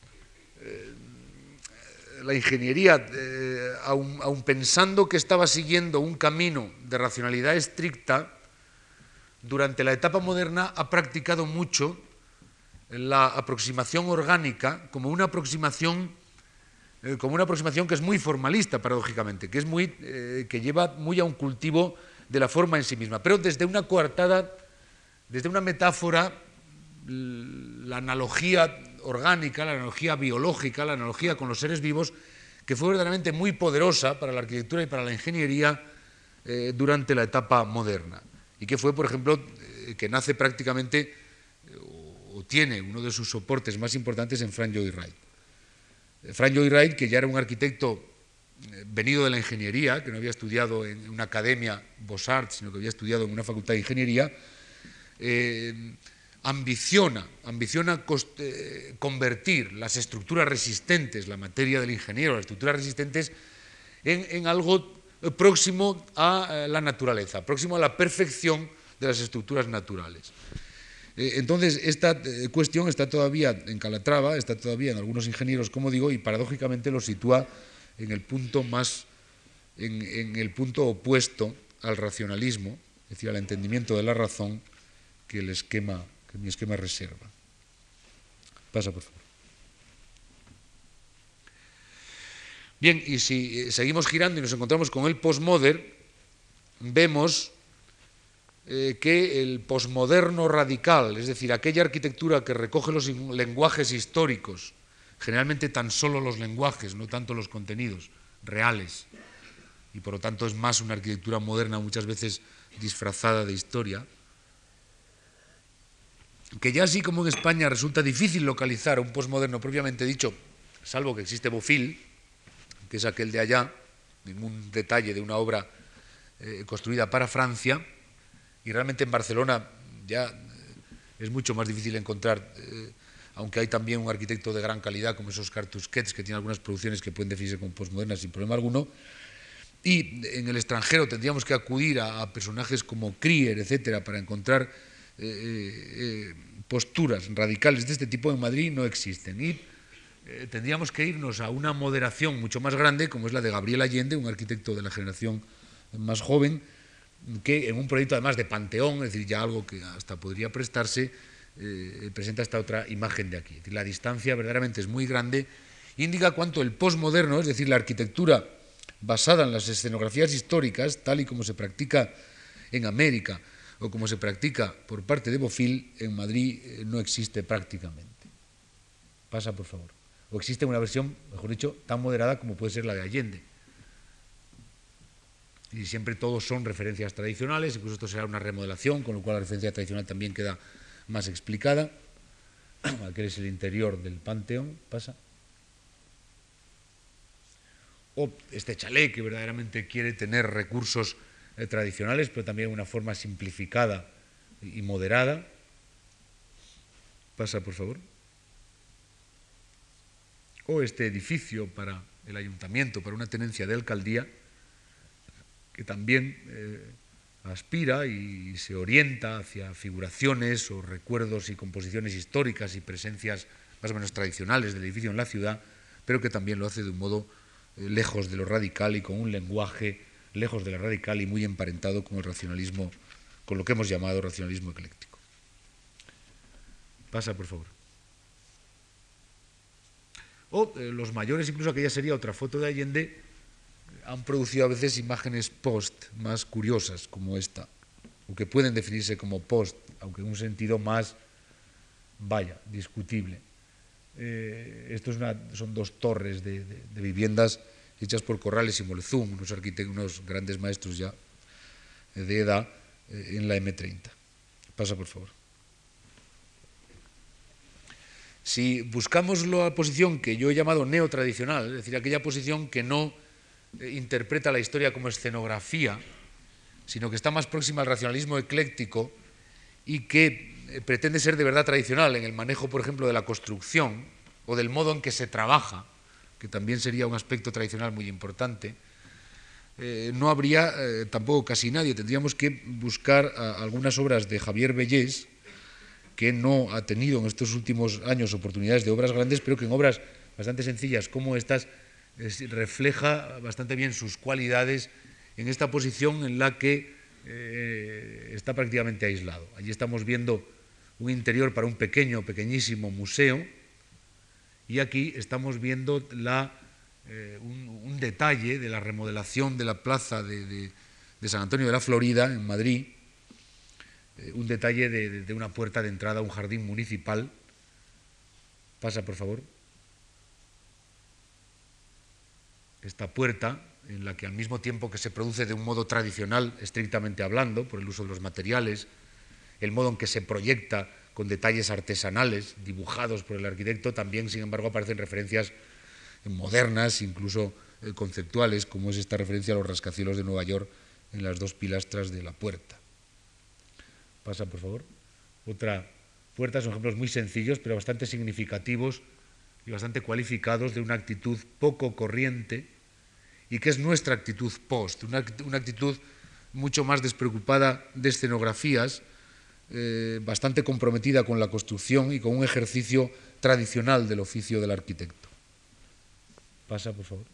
aun pensando que estaba siguiendo un camino de racionalidad estricta, durante la etapa moderna ha practicado mucho la aproximación orgánica como una aproximación que es muy formalista, paradójicamente, que lleva muy a un cultivo de la forma en sí misma, pero desde una coartada, desde una metáfora, la analogía orgánica, la analogía biológica, la analogía con los seres vivos, que fue verdaderamente muy poderosa para la arquitectura y para la ingeniería durante la etapa moderna, y que fue, por ejemplo, que nace prácticamente, o tiene uno de sus soportes más importantes en Frank Lloyd Wright. Frank Lloyd Wright, que ya era un arquitecto venido de la ingeniería, que no había estudiado en una academia Beaux-Arts, sino que había estudiado en una facultad de ingeniería, ambiciona convertir las estructuras resistentes, la materia del ingeniero, las estructuras resistentes, en algo próximo a la naturaleza, próximo a la perfección de las estructuras naturales. Entonces, esta cuestión está todavía en Calatrava, está todavía en algunos ingenieros, como digo, y paradójicamente lo sitúa en el punto en el punto opuesto al racionalismo, es decir, al entendimiento de la razón que mi esquema reserva. Pasa, por favor. Bien, y si seguimos girando y nos encontramos con el postmodern, vemos que el posmoderno radical, es decir, aquella arquitectura que recoge los lenguajes históricos, generalmente tan solo los lenguajes, no tanto los contenidos reales, y por lo tanto es más una arquitectura moderna muchas veces disfrazada de historia, que ya así como en España resulta difícil localizar un posmoderno propiamente dicho, salvo que existe Bofill, que es aquel de allá, en un detalle de una obra construida para Francia, y realmente en Barcelona ya es mucho más difícil encontrar, aunque hay también un arquitecto de gran calidad como es Oscar Tusquets, que tiene algunas producciones que pueden definirse como postmodernas sin problema alguno, y en el extranjero tendríamos que acudir a personajes como Krier, etcétera, para encontrar posturas radicales de este tipo. En Madrid no existen, y tendríamos que irnos a una moderación mucho más grande, como es la de Gabriel Allende, un arquitecto de la generación más joven, que en un proyecto además de Panteón, es decir, ya algo que hasta podría prestarse, presenta esta otra imagen de aquí. Es decir, la distancia verdaderamente es muy grande, indica cuánto el posmoderno, es decir, la arquitectura basada en las escenografías históricas, tal y como se practica en América o como se practica por parte de Bofill, en Madrid no existe prácticamente. Pasa, por favor. O existe una versión, mejor dicho, tan moderada como puede ser la de Allende. Y siempre todos son referencias tradicionales, incluso esto será una remodelación, con lo cual la referencia tradicional también queda más explicada. Aquel es el interior del Panteón, pasa. O este chalet que verdaderamente quiere tener recursos tradicionales, pero también de una forma simplificada y moderada. Pasa, por favor. O este edificio para el ayuntamiento, para una tenencia de alcaldía, que también aspira y se orienta hacia figuraciones o recuerdos y composiciones históricas y presencias más o menos tradicionales del edificio en la ciudad, pero que también lo hace de un modo lejos de lo radical y con un lenguaje lejos de lo radical y muy emparentado con el racionalismo, con lo que hemos llamado racionalismo ecléctico. Pasa, por favor. O los mayores, incluso aquella sería otra foto de Allende, han producido a veces imágenes post más curiosas como esta, o que pueden definirse como post, aunque en un sentido más, discutible. Esto son dos torres de viviendas hechas por Corrales y Molezún, unos grandes maestros ya de edad, en la M30. Pasa, por favor. Si buscamos la posición que yo he llamado neotradicional, es decir, aquella posición que no interpreta la historia como escenografía, sino que está más próxima al racionalismo ecléctico y que pretende ser de verdad tradicional en el manejo, por ejemplo, de la construcción o del modo en que se trabaja, que también sería un aspecto tradicional muy importante, no habría tampoco casi nadie. Tendríamos que buscar algunas obras de Javier Bellés, que no ha tenido en estos últimos años oportunidades de obras grandes, pero que en obras bastante sencillas como estas refleja bastante bien sus cualidades en esta posición en la que está prácticamente aislado. Allí estamos viendo un interior para un pequeñísimo museo, y aquí estamos viendo un detalle de la remodelación de la plaza de San Antonio de la Florida, en Madrid, un detalle de una puerta de entrada a un jardín municipal. Pasa, por favor. Esta puerta, en la que al mismo tiempo que se produce de un modo tradicional, estrictamente hablando, por el uso de los materiales, el modo en que se proyecta con detalles artesanales dibujados por el arquitecto, también, sin embargo, aparecen referencias modernas, incluso conceptuales, como es esta referencia a los rascacielos de Nueva York en las dos pilastras de la puerta. Pasa, por favor. Otra puerta, son ejemplos muy sencillos, pero bastante significativos y bastante cualificados de una actitud poco corriente y que es nuestra actitud post, una actitud mucho más despreocupada de escenografías, bastante comprometida con la construcción y con un ejercicio tradicional del oficio del arquitecto. Pasa, por favor.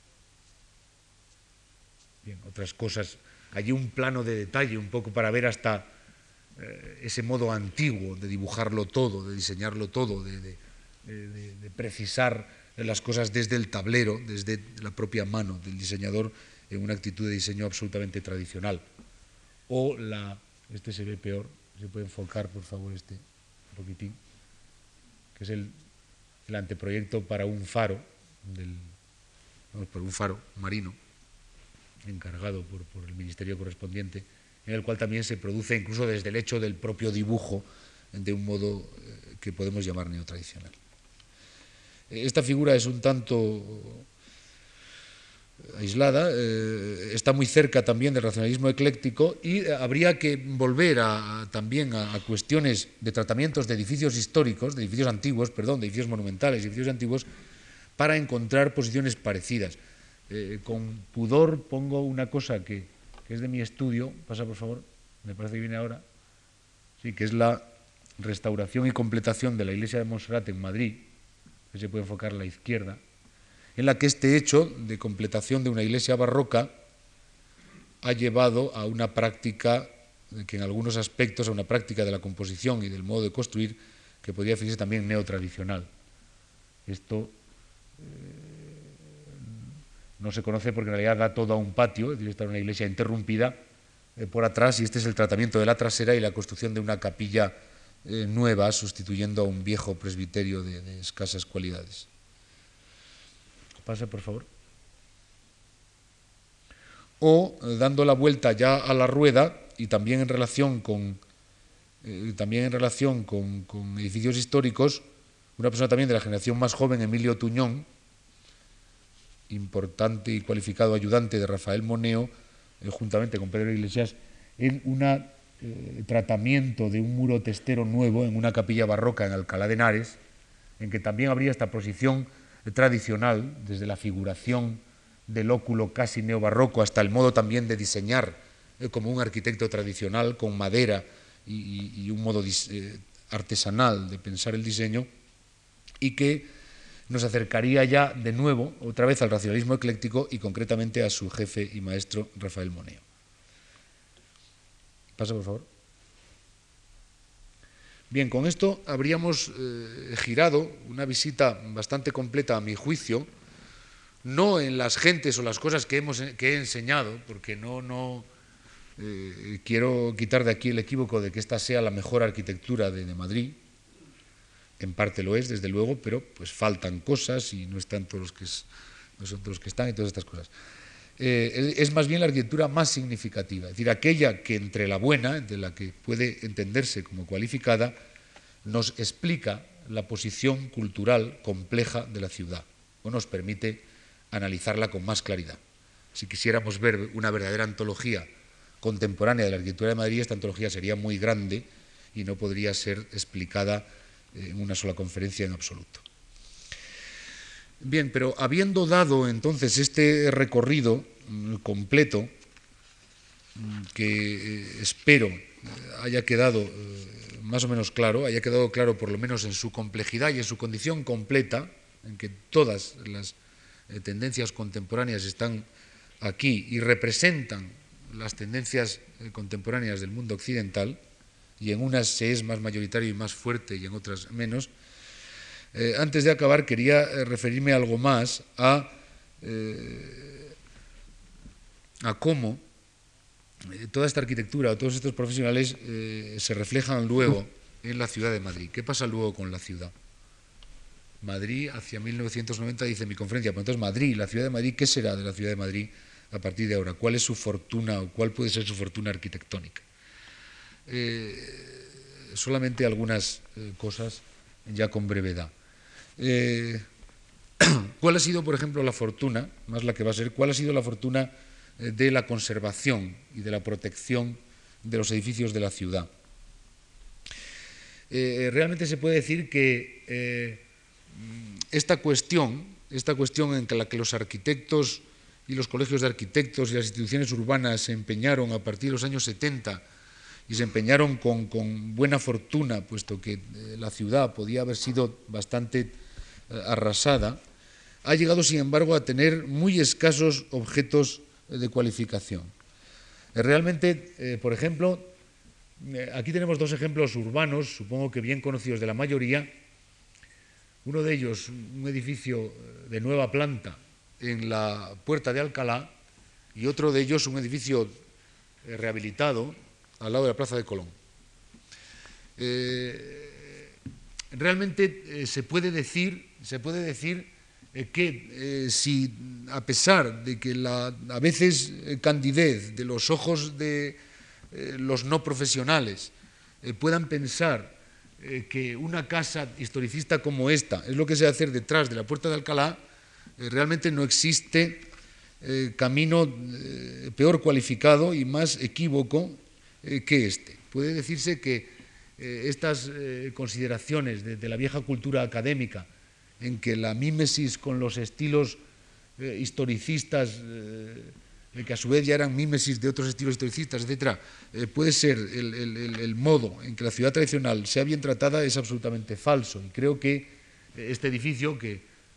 Bien, otras cosas. Allí un plano de detalle, un poco para ver hasta ese modo antiguo de dibujarlo todo, de diseñarlo todo, de precisar las cosas desde el tablero, desde la propia mano del diseñador, en una actitud de diseño absolutamente tradicional. O este se ve peor, se puede enfocar, por favor, un poquitín, que es el anteproyecto para un faro, para un faro marino, encargado por el ministerio correspondiente, en el cual también se produce incluso desde el hecho del propio dibujo de un modo que podemos llamar neotradicional. Esta figura es un tanto aislada, está muy cerca también del racionalismo ecléctico y habría que volver también a cuestiones de tratamientos de edificios históricos, de edificios antiguos, de edificios monumentales, de edificios antiguos, para encontrar posiciones parecidas. Con pudor pongo una cosa que es de mi estudio, pasa por favor, me parece que viene ahora, sí, que es la restauración y completación de la iglesia de Montserrat en Madrid, que se puede enfocar a la izquierda, en la que este hecho de completación de una iglesia barroca ha llevado a una práctica, que en algunos aspectos, a una práctica de la composición y del modo de construir, que podría definirse también neotradicional. Esto no se conoce porque en realidad da todo a un patio, es decir, está una iglesia interrumpida por atrás, y este es el tratamiento de la trasera y la construcción de una capilla nueva, sustituyendo a un viejo presbiterio de escasas cualidades. Pasa, por favor. O dando la vuelta ya a la rueda, y también en relación con edificios históricos, una persona también de la generación más joven, Emilio Tuñón, importante y cualificado ayudante de Rafael Moneo, juntamente con Pedro Iglesias, en un tratamiento de un muro testero nuevo en una capilla barroca en Alcalá de Henares, en que también habría esta posición tradicional, desde la figuración del óculo casi neobarroco hasta el modo también de diseñar como un arquitecto tradicional, con madera y un modo artesanal de pensar el diseño, y que nos acercaría ya de nuevo, otra vez, al racionalismo ecléctico y concretamente a su jefe y maestro Rafael Moneo. Pasa, por favor. Bien, con esto habríamos girado una visita bastante completa, a mi juicio, no en las gentes o las cosas que he enseñado, porque no quiero quitar de aquí el equívoco de que esta sea la mejor arquitectura de Madrid. En parte lo es, desde luego, pero pues faltan cosas y no están todos los que no son todos los que están y todas estas cosas. Es más bien la arquitectura más significativa, es decir, aquella que entre la buena, entre la que puede entenderse como cualificada, nos explica la posición cultural compleja de la ciudad o nos permite analizarla con más claridad. Si quisiéramos ver una verdadera antología contemporánea de la arquitectura de Madrid, esta antología sería muy grande y no podría ser explicada en una sola conferencia en absoluto. Bien, pero habiendo dado entonces este recorrido completo, que espero haya quedado más o menos claro, haya quedado claro por lo menos en su complejidad y en su condición completa, en que todas las tendencias contemporáneas están aquí y representan las tendencias contemporáneas del mundo occidental, y en unas se es más mayoritario y más fuerte y en otras menos. Antes de acabar quería referirme algo más a cómo toda esta arquitectura o todos estos profesionales se reflejan luego en la ciudad de Madrid. ¿Qué pasa luego con la ciudad? Madrid hacia 1990, dice mi conferencia, pero entonces Madrid, la ciudad de Madrid, ¿qué será de la ciudad de Madrid a partir de ahora? ¿Cuál es su fortuna o cuál puede ser su fortuna arquitectónica? Solamente algunas cosas ya con brevedad. ¿Cuál ha sido, por ejemplo, la fortuna, más la que va a ser, cuál ha sido la fortuna de la conservación y de la protección de los edificios de la ciudad? Realmente se puede decir que esta cuestión en la que los arquitectos y los colegios de arquitectos y las instituciones urbanas se empeñaron a partir de los años 70 y se empeñaron con buena fortuna, puesto que la ciudad podía haber sido bastante arrasada, ha llegado, sin embargo, a tener muy escasos objetos de cualificación. Realmente, por ejemplo, aquí tenemos dos ejemplos urbanos, supongo que bien conocidos de la mayoría. Uno de ellos, un edificio de nueva planta en la Puerta de Alcalá, y otro de ellos, un edificio rehabilitado al lado de la Plaza de Colón. Realmente se puede decir que si, a pesar de que la a veces candidez de los ojos de los no profesionales puedan pensar que una casa historicista como esta es lo que se va a hacer detrás de la Puerta de Alcalá, realmente no existe camino peor cualificado y más equívoco que este. Puede decirse que estas consideraciones de la vieja cultura académica, en que la mímesis con los estilos historicistas, que a su vez ya eran mímesis de otros estilos historicistas, etc., puede ser el modo en que la ciudad tradicional sea bien tratada, es absolutamente falso. Y creo que este edificio, que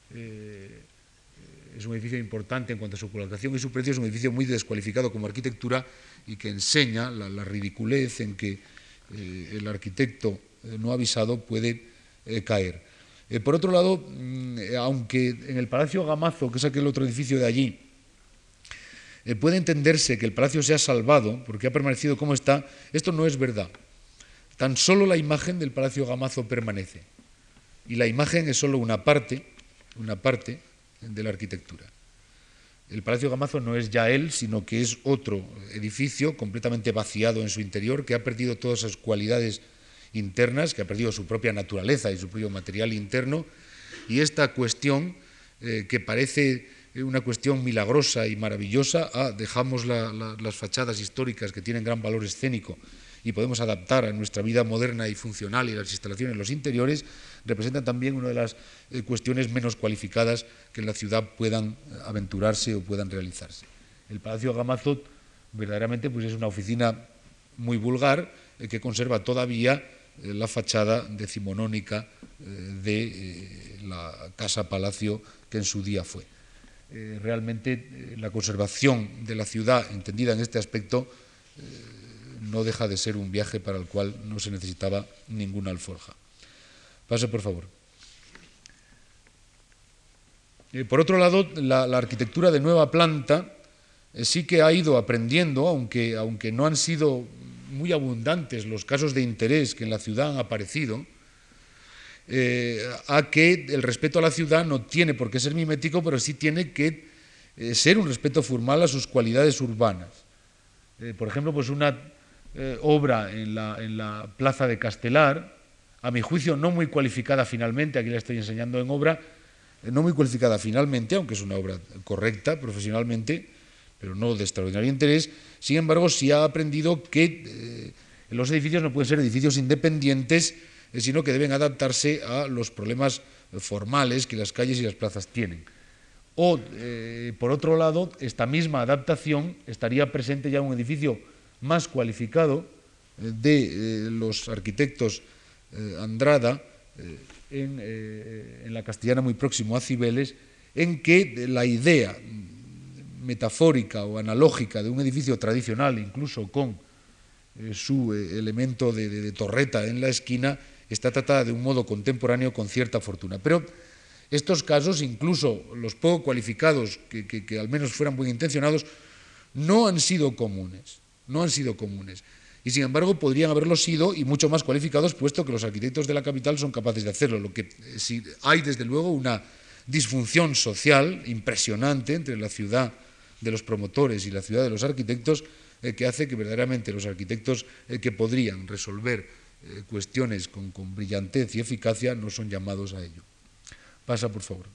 es un edificio importante en cuanto a su colocación y su precio, es un edificio muy descualificado como arquitectura y que enseña la ridiculez en que el arquitecto no avisado puede caer. Por otro lado, aunque en el Palacio Gamazo, que es aquel otro edificio de allí, puede entenderse que el palacio se ha salvado porque ha permanecido como está, esto no es verdad. Tan solo la imagen del Palacio Gamazo permanece. Y la imagen es solo una parte de la arquitectura. El Palacio Gamazo no es ya él, sino que es otro edificio completamente vaciado en su interior, que ha perdido todas sus cualidades internas, que ha perdido su propia naturaleza y su propio material interno, y esta cuestión, que parece una cuestión milagrosa y maravillosa, dejamos las fachadas históricas que tienen gran valor escénico y podemos adaptar a nuestra vida moderna y funcional y las instalaciones en los interiores, representan también una de las cuestiones menos cualificadas que en la ciudad puedan aventurarse o puedan realizarse. El Palacio Gamazo verdaderamente pues es una oficina muy vulgar que conserva todavía la fachada decimonónica de la casa-palacio que en su día fue. Realmente la conservación de la ciudad, entendida en este aspecto, no deja de ser un viaje para el cual no se necesitaba ninguna alforja. Pase, por favor. Por otro lado, la arquitectura de nueva planta sí que ha ido aprendiendo, aunque no han sido muy abundantes los casos de interés que en la ciudad han aparecido, a que el respeto a la ciudad no tiene por qué ser mimético, pero sí tiene que ser un respeto formal a sus cualidades urbanas. Por ejemplo, pues una obra en la Plaza de Castelar, a mi juicio no muy cualificada finalmente, aquí la estoy enseñando en obra, no muy cualificada finalmente, aunque es una obra correcta profesionalmente, pero no de extraordinario interés. Sin embargo, sí ha aprendido que los edificios no pueden ser edificios independientes, sino que deben adaptarse a los problemas formales que las calles y las plazas tienen. O, por otro lado, esta misma adaptación estaría presente ya en un edificio más cualificado de los arquitectos Andrada, en la Castellana, muy próximo a Cibeles, en que la idea metafórica o analógica de un edificio tradicional, incluso con su elemento de torreta en la esquina, está tratada de un modo contemporáneo con cierta fortuna. Pero estos casos, incluso los poco cualificados, que al menos fueran bien intencionados, no han sido comunes. Y sin embargo podrían haberlo sido y mucho más cualificados, puesto que los arquitectos de la capital son capaces de hacerlo. Lo que sí, hay desde luego una disfunción social impresionante entre la ciudad de los promotores y la ciudad de los arquitectos, que hace que verdaderamente los arquitectos que podrían resolver cuestiones con brillantez y eficacia no son llamados a ello. Pasa, por favor.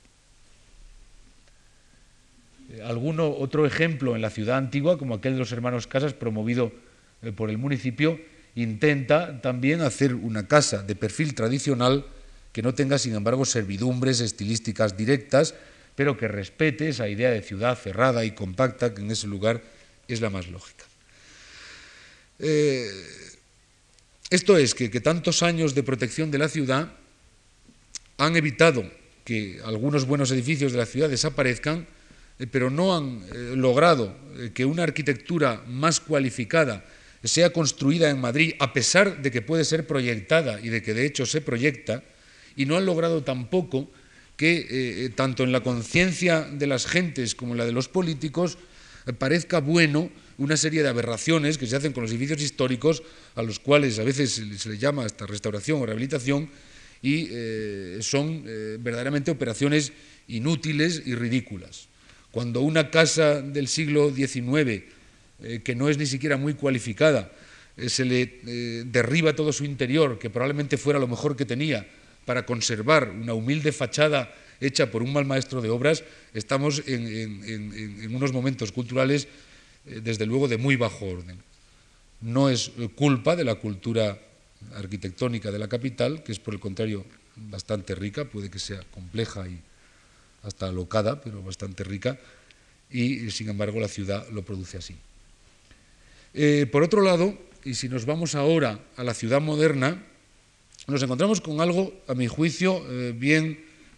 Otro ejemplo en la ciudad antigua, como aquel de los hermanos Casas, promovido por el municipio, intenta también hacer una casa de perfil tradicional que no tenga, sin embargo, servidumbres estilísticas directas, pero que respete esa idea de ciudad cerrada y compacta, que en ese lugar es la más lógica. Esto es que tantos años de protección de la ciudad han evitado que algunos buenos edificios de la ciudad desaparezcan, pero no han logrado que una arquitectura más cualificada sea construida en Madrid, a pesar de que puede ser proyectada y de que de hecho se proyecta, y no han logrado tampoco que tanto en la conciencia de las gentes como en la de los políticos parezca bueno una serie de aberraciones que se hacen con los edificios históricos, a los cuales a veces se les llama hasta restauración o rehabilitación, y son verdaderamente operaciones inútiles y ridículas. Cuando una casa del siglo XIX, que no es ni siquiera muy cualificada, se le derriba todo su interior, que probablemente fuera lo mejor que tenía, para conservar una humilde fachada hecha por un mal maestro de obras, estamos en unos momentos culturales, desde luego, de muy bajo orden. No es culpa de la cultura arquitectónica de la capital, que es por el contrario bastante rica, puede que sea compleja y hasta alocada, pero bastante rica, y sin embargo la ciudad lo produce así. Por otro lado, y si nos vamos ahora a la ciudad moderna, nos encontramos con algo, a mi juicio, bien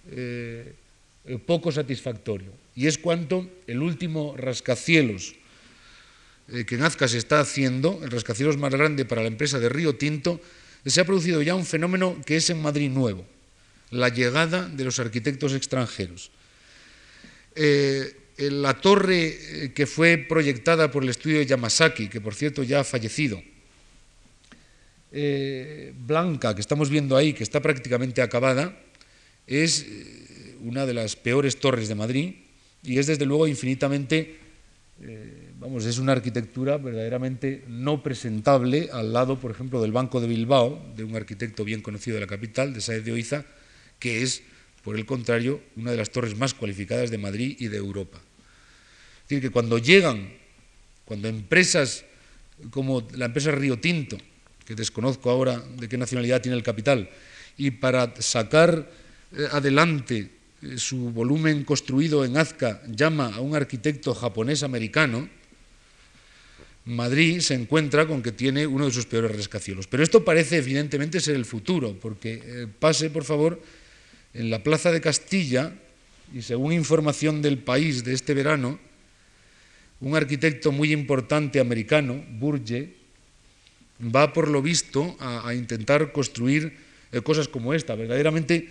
poco satisfactorio, y es cuanto el último rascacielos que en Azca se está haciendo, el rascacielos más grande para la empresa de Río Tinto, se ha producido ya un fenómeno que es en Madrid nuevo: la llegada de los arquitectos extranjeros. La torre que fue proyectada por el estudio de Yamasaki, que por cierto ya ha fallecido, blanca, que estamos viendo ahí, que está prácticamente acabada, es una de las peores torres de Madrid y es desde luego infinitamente, es una arquitectura verdaderamente no presentable al lado, por ejemplo, del Banco de Bilbao, de un arquitecto bien conocido de la capital, de Sáez de Oiza, que es, por el contrario, una de las torres más cualificadas de Madrid y de Europa. Es decir, que cuando empresas como la empresa Río Tinto, que desconozco ahora de qué nacionalidad tiene el capital, y para sacar adelante su volumen construido en Azca llama a un arquitecto japonés-americano, Madrid se encuentra con que tiene uno de sus peores rascacielos. Pero esto parece evidentemente ser el futuro, porque pase, por favor, en la Plaza de Castilla, y según información del País de este verano, un arquitecto muy importante americano, Burge, va por lo visto a intentar construir cosas como esta. Verdaderamente,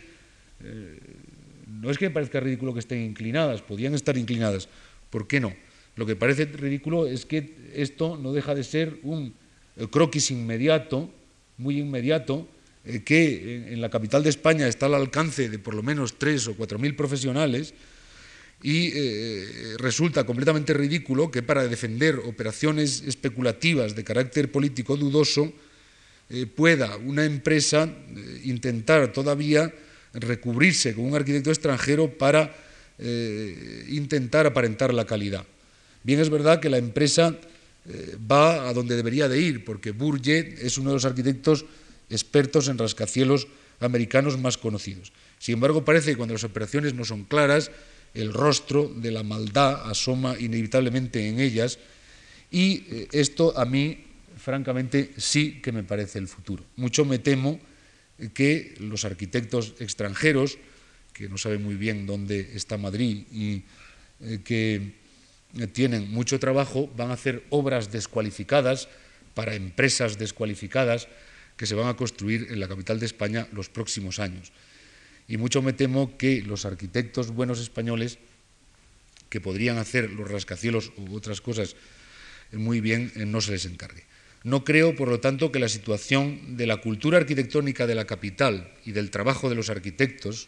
no es que me parezca ridículo que estén inclinadas, podían estar inclinadas, ¿por qué no? Lo que parece ridículo es que esto no deja de ser un croquis inmediato, muy inmediato, que en la capital de España está al alcance de por lo menos 3.000 o 4.000 profesionales, y resulta completamente ridículo que para defender operaciones especulativas de carácter político dudoso pueda una empresa intentar todavía recubrirse con un arquitecto extranjero para intentar aparentar la calidad. Bien es verdad que la empresa va a donde debería de ir, porque Burge es uno de los arquitectos expertos en rascacielos americanos más conocidos. Sin embargo, parece que cuando las operaciones no son claras, el rostro de la maldad asoma inevitablemente en ellas, y esto a mí, francamente, sí que me parece el futuro. Mucho me temo que los arquitectos extranjeros, que no saben muy bien dónde está Madrid y que tienen mucho trabajo, van a hacer obras descualificadas para empresas descualificadas que se van a construir en la capital de España los próximos años. Y mucho me temo que los arquitectos buenos españoles, que podrían hacer los rascacielos u otras cosas muy bien, no se les encargue. No creo, por lo tanto, que la situación de la cultura arquitectónica de la capital y del trabajo de los arquitectos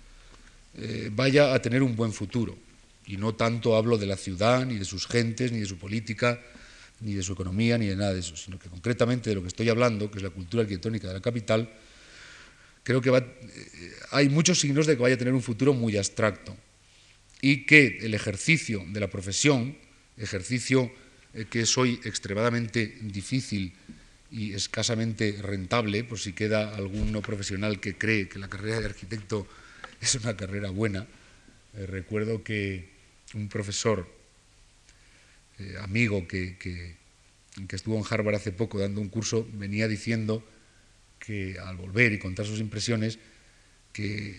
vaya a tener un buen futuro. Y no tanto hablo de la ciudad, ni de sus gentes, ni de su política, ni de su economía, ni de nada de eso, sino que concretamente de lo que estoy hablando, que es la cultura arquitectónica de la capital, creo que hay muchos signos de que vaya a tener un futuro muy abstracto y que el ejercicio de la profesión, ejercicio que es hoy extremadamente difícil y escasamente rentable, por si queda algún no profesional que cree que la carrera de arquitecto es una carrera buena, recuerdo que un profesor, amigo, que estuvo en Harvard hace poco dando un curso, venía diciendo que al volver y contar sus impresiones, que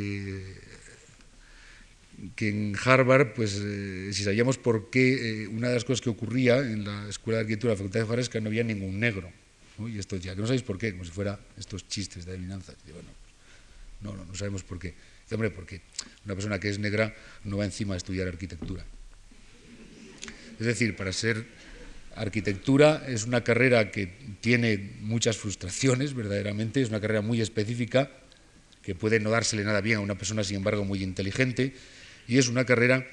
en Harvard, pues si sabíamos por qué, una de las cosas que ocurría en la Escuela de Arquitectura de la Facultad de Harvard es que no había ningún negro, ¿no? Y esto ya, que no sabéis por qué, como si fuera estos chistes de adivinanzas. Y bueno, no sabemos por qué. Dice, hombre, porque una persona que es negra no va encima a estudiar arquitectura. Es decir, para ser arquitectura es una carrera que tiene muchas frustraciones, verdaderamente, es una carrera muy específica, que puede no dársele nada bien a una persona, sin embargo, muy inteligente, y es una carrera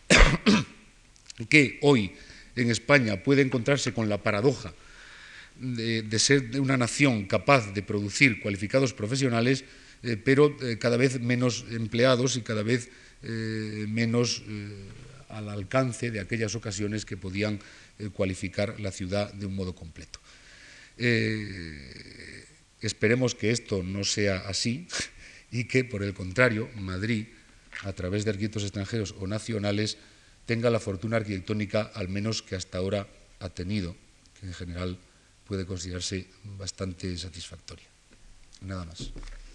que hoy en España puede encontrarse con la paradoja de ser una nación capaz de producir cualificados profesionales, pero cada vez menos empleados y cada vez menos al alcance de aquellas ocasiones que podían cualificar la ciudad de un modo completo. Esperemos que esto no sea así y que, por el contrario, Madrid, a través de arquitectos extranjeros o nacionales, tenga la fortuna arquitectónica, al menos que hasta ahora ha tenido, que en general puede considerarse bastante satisfactoria. Nada más.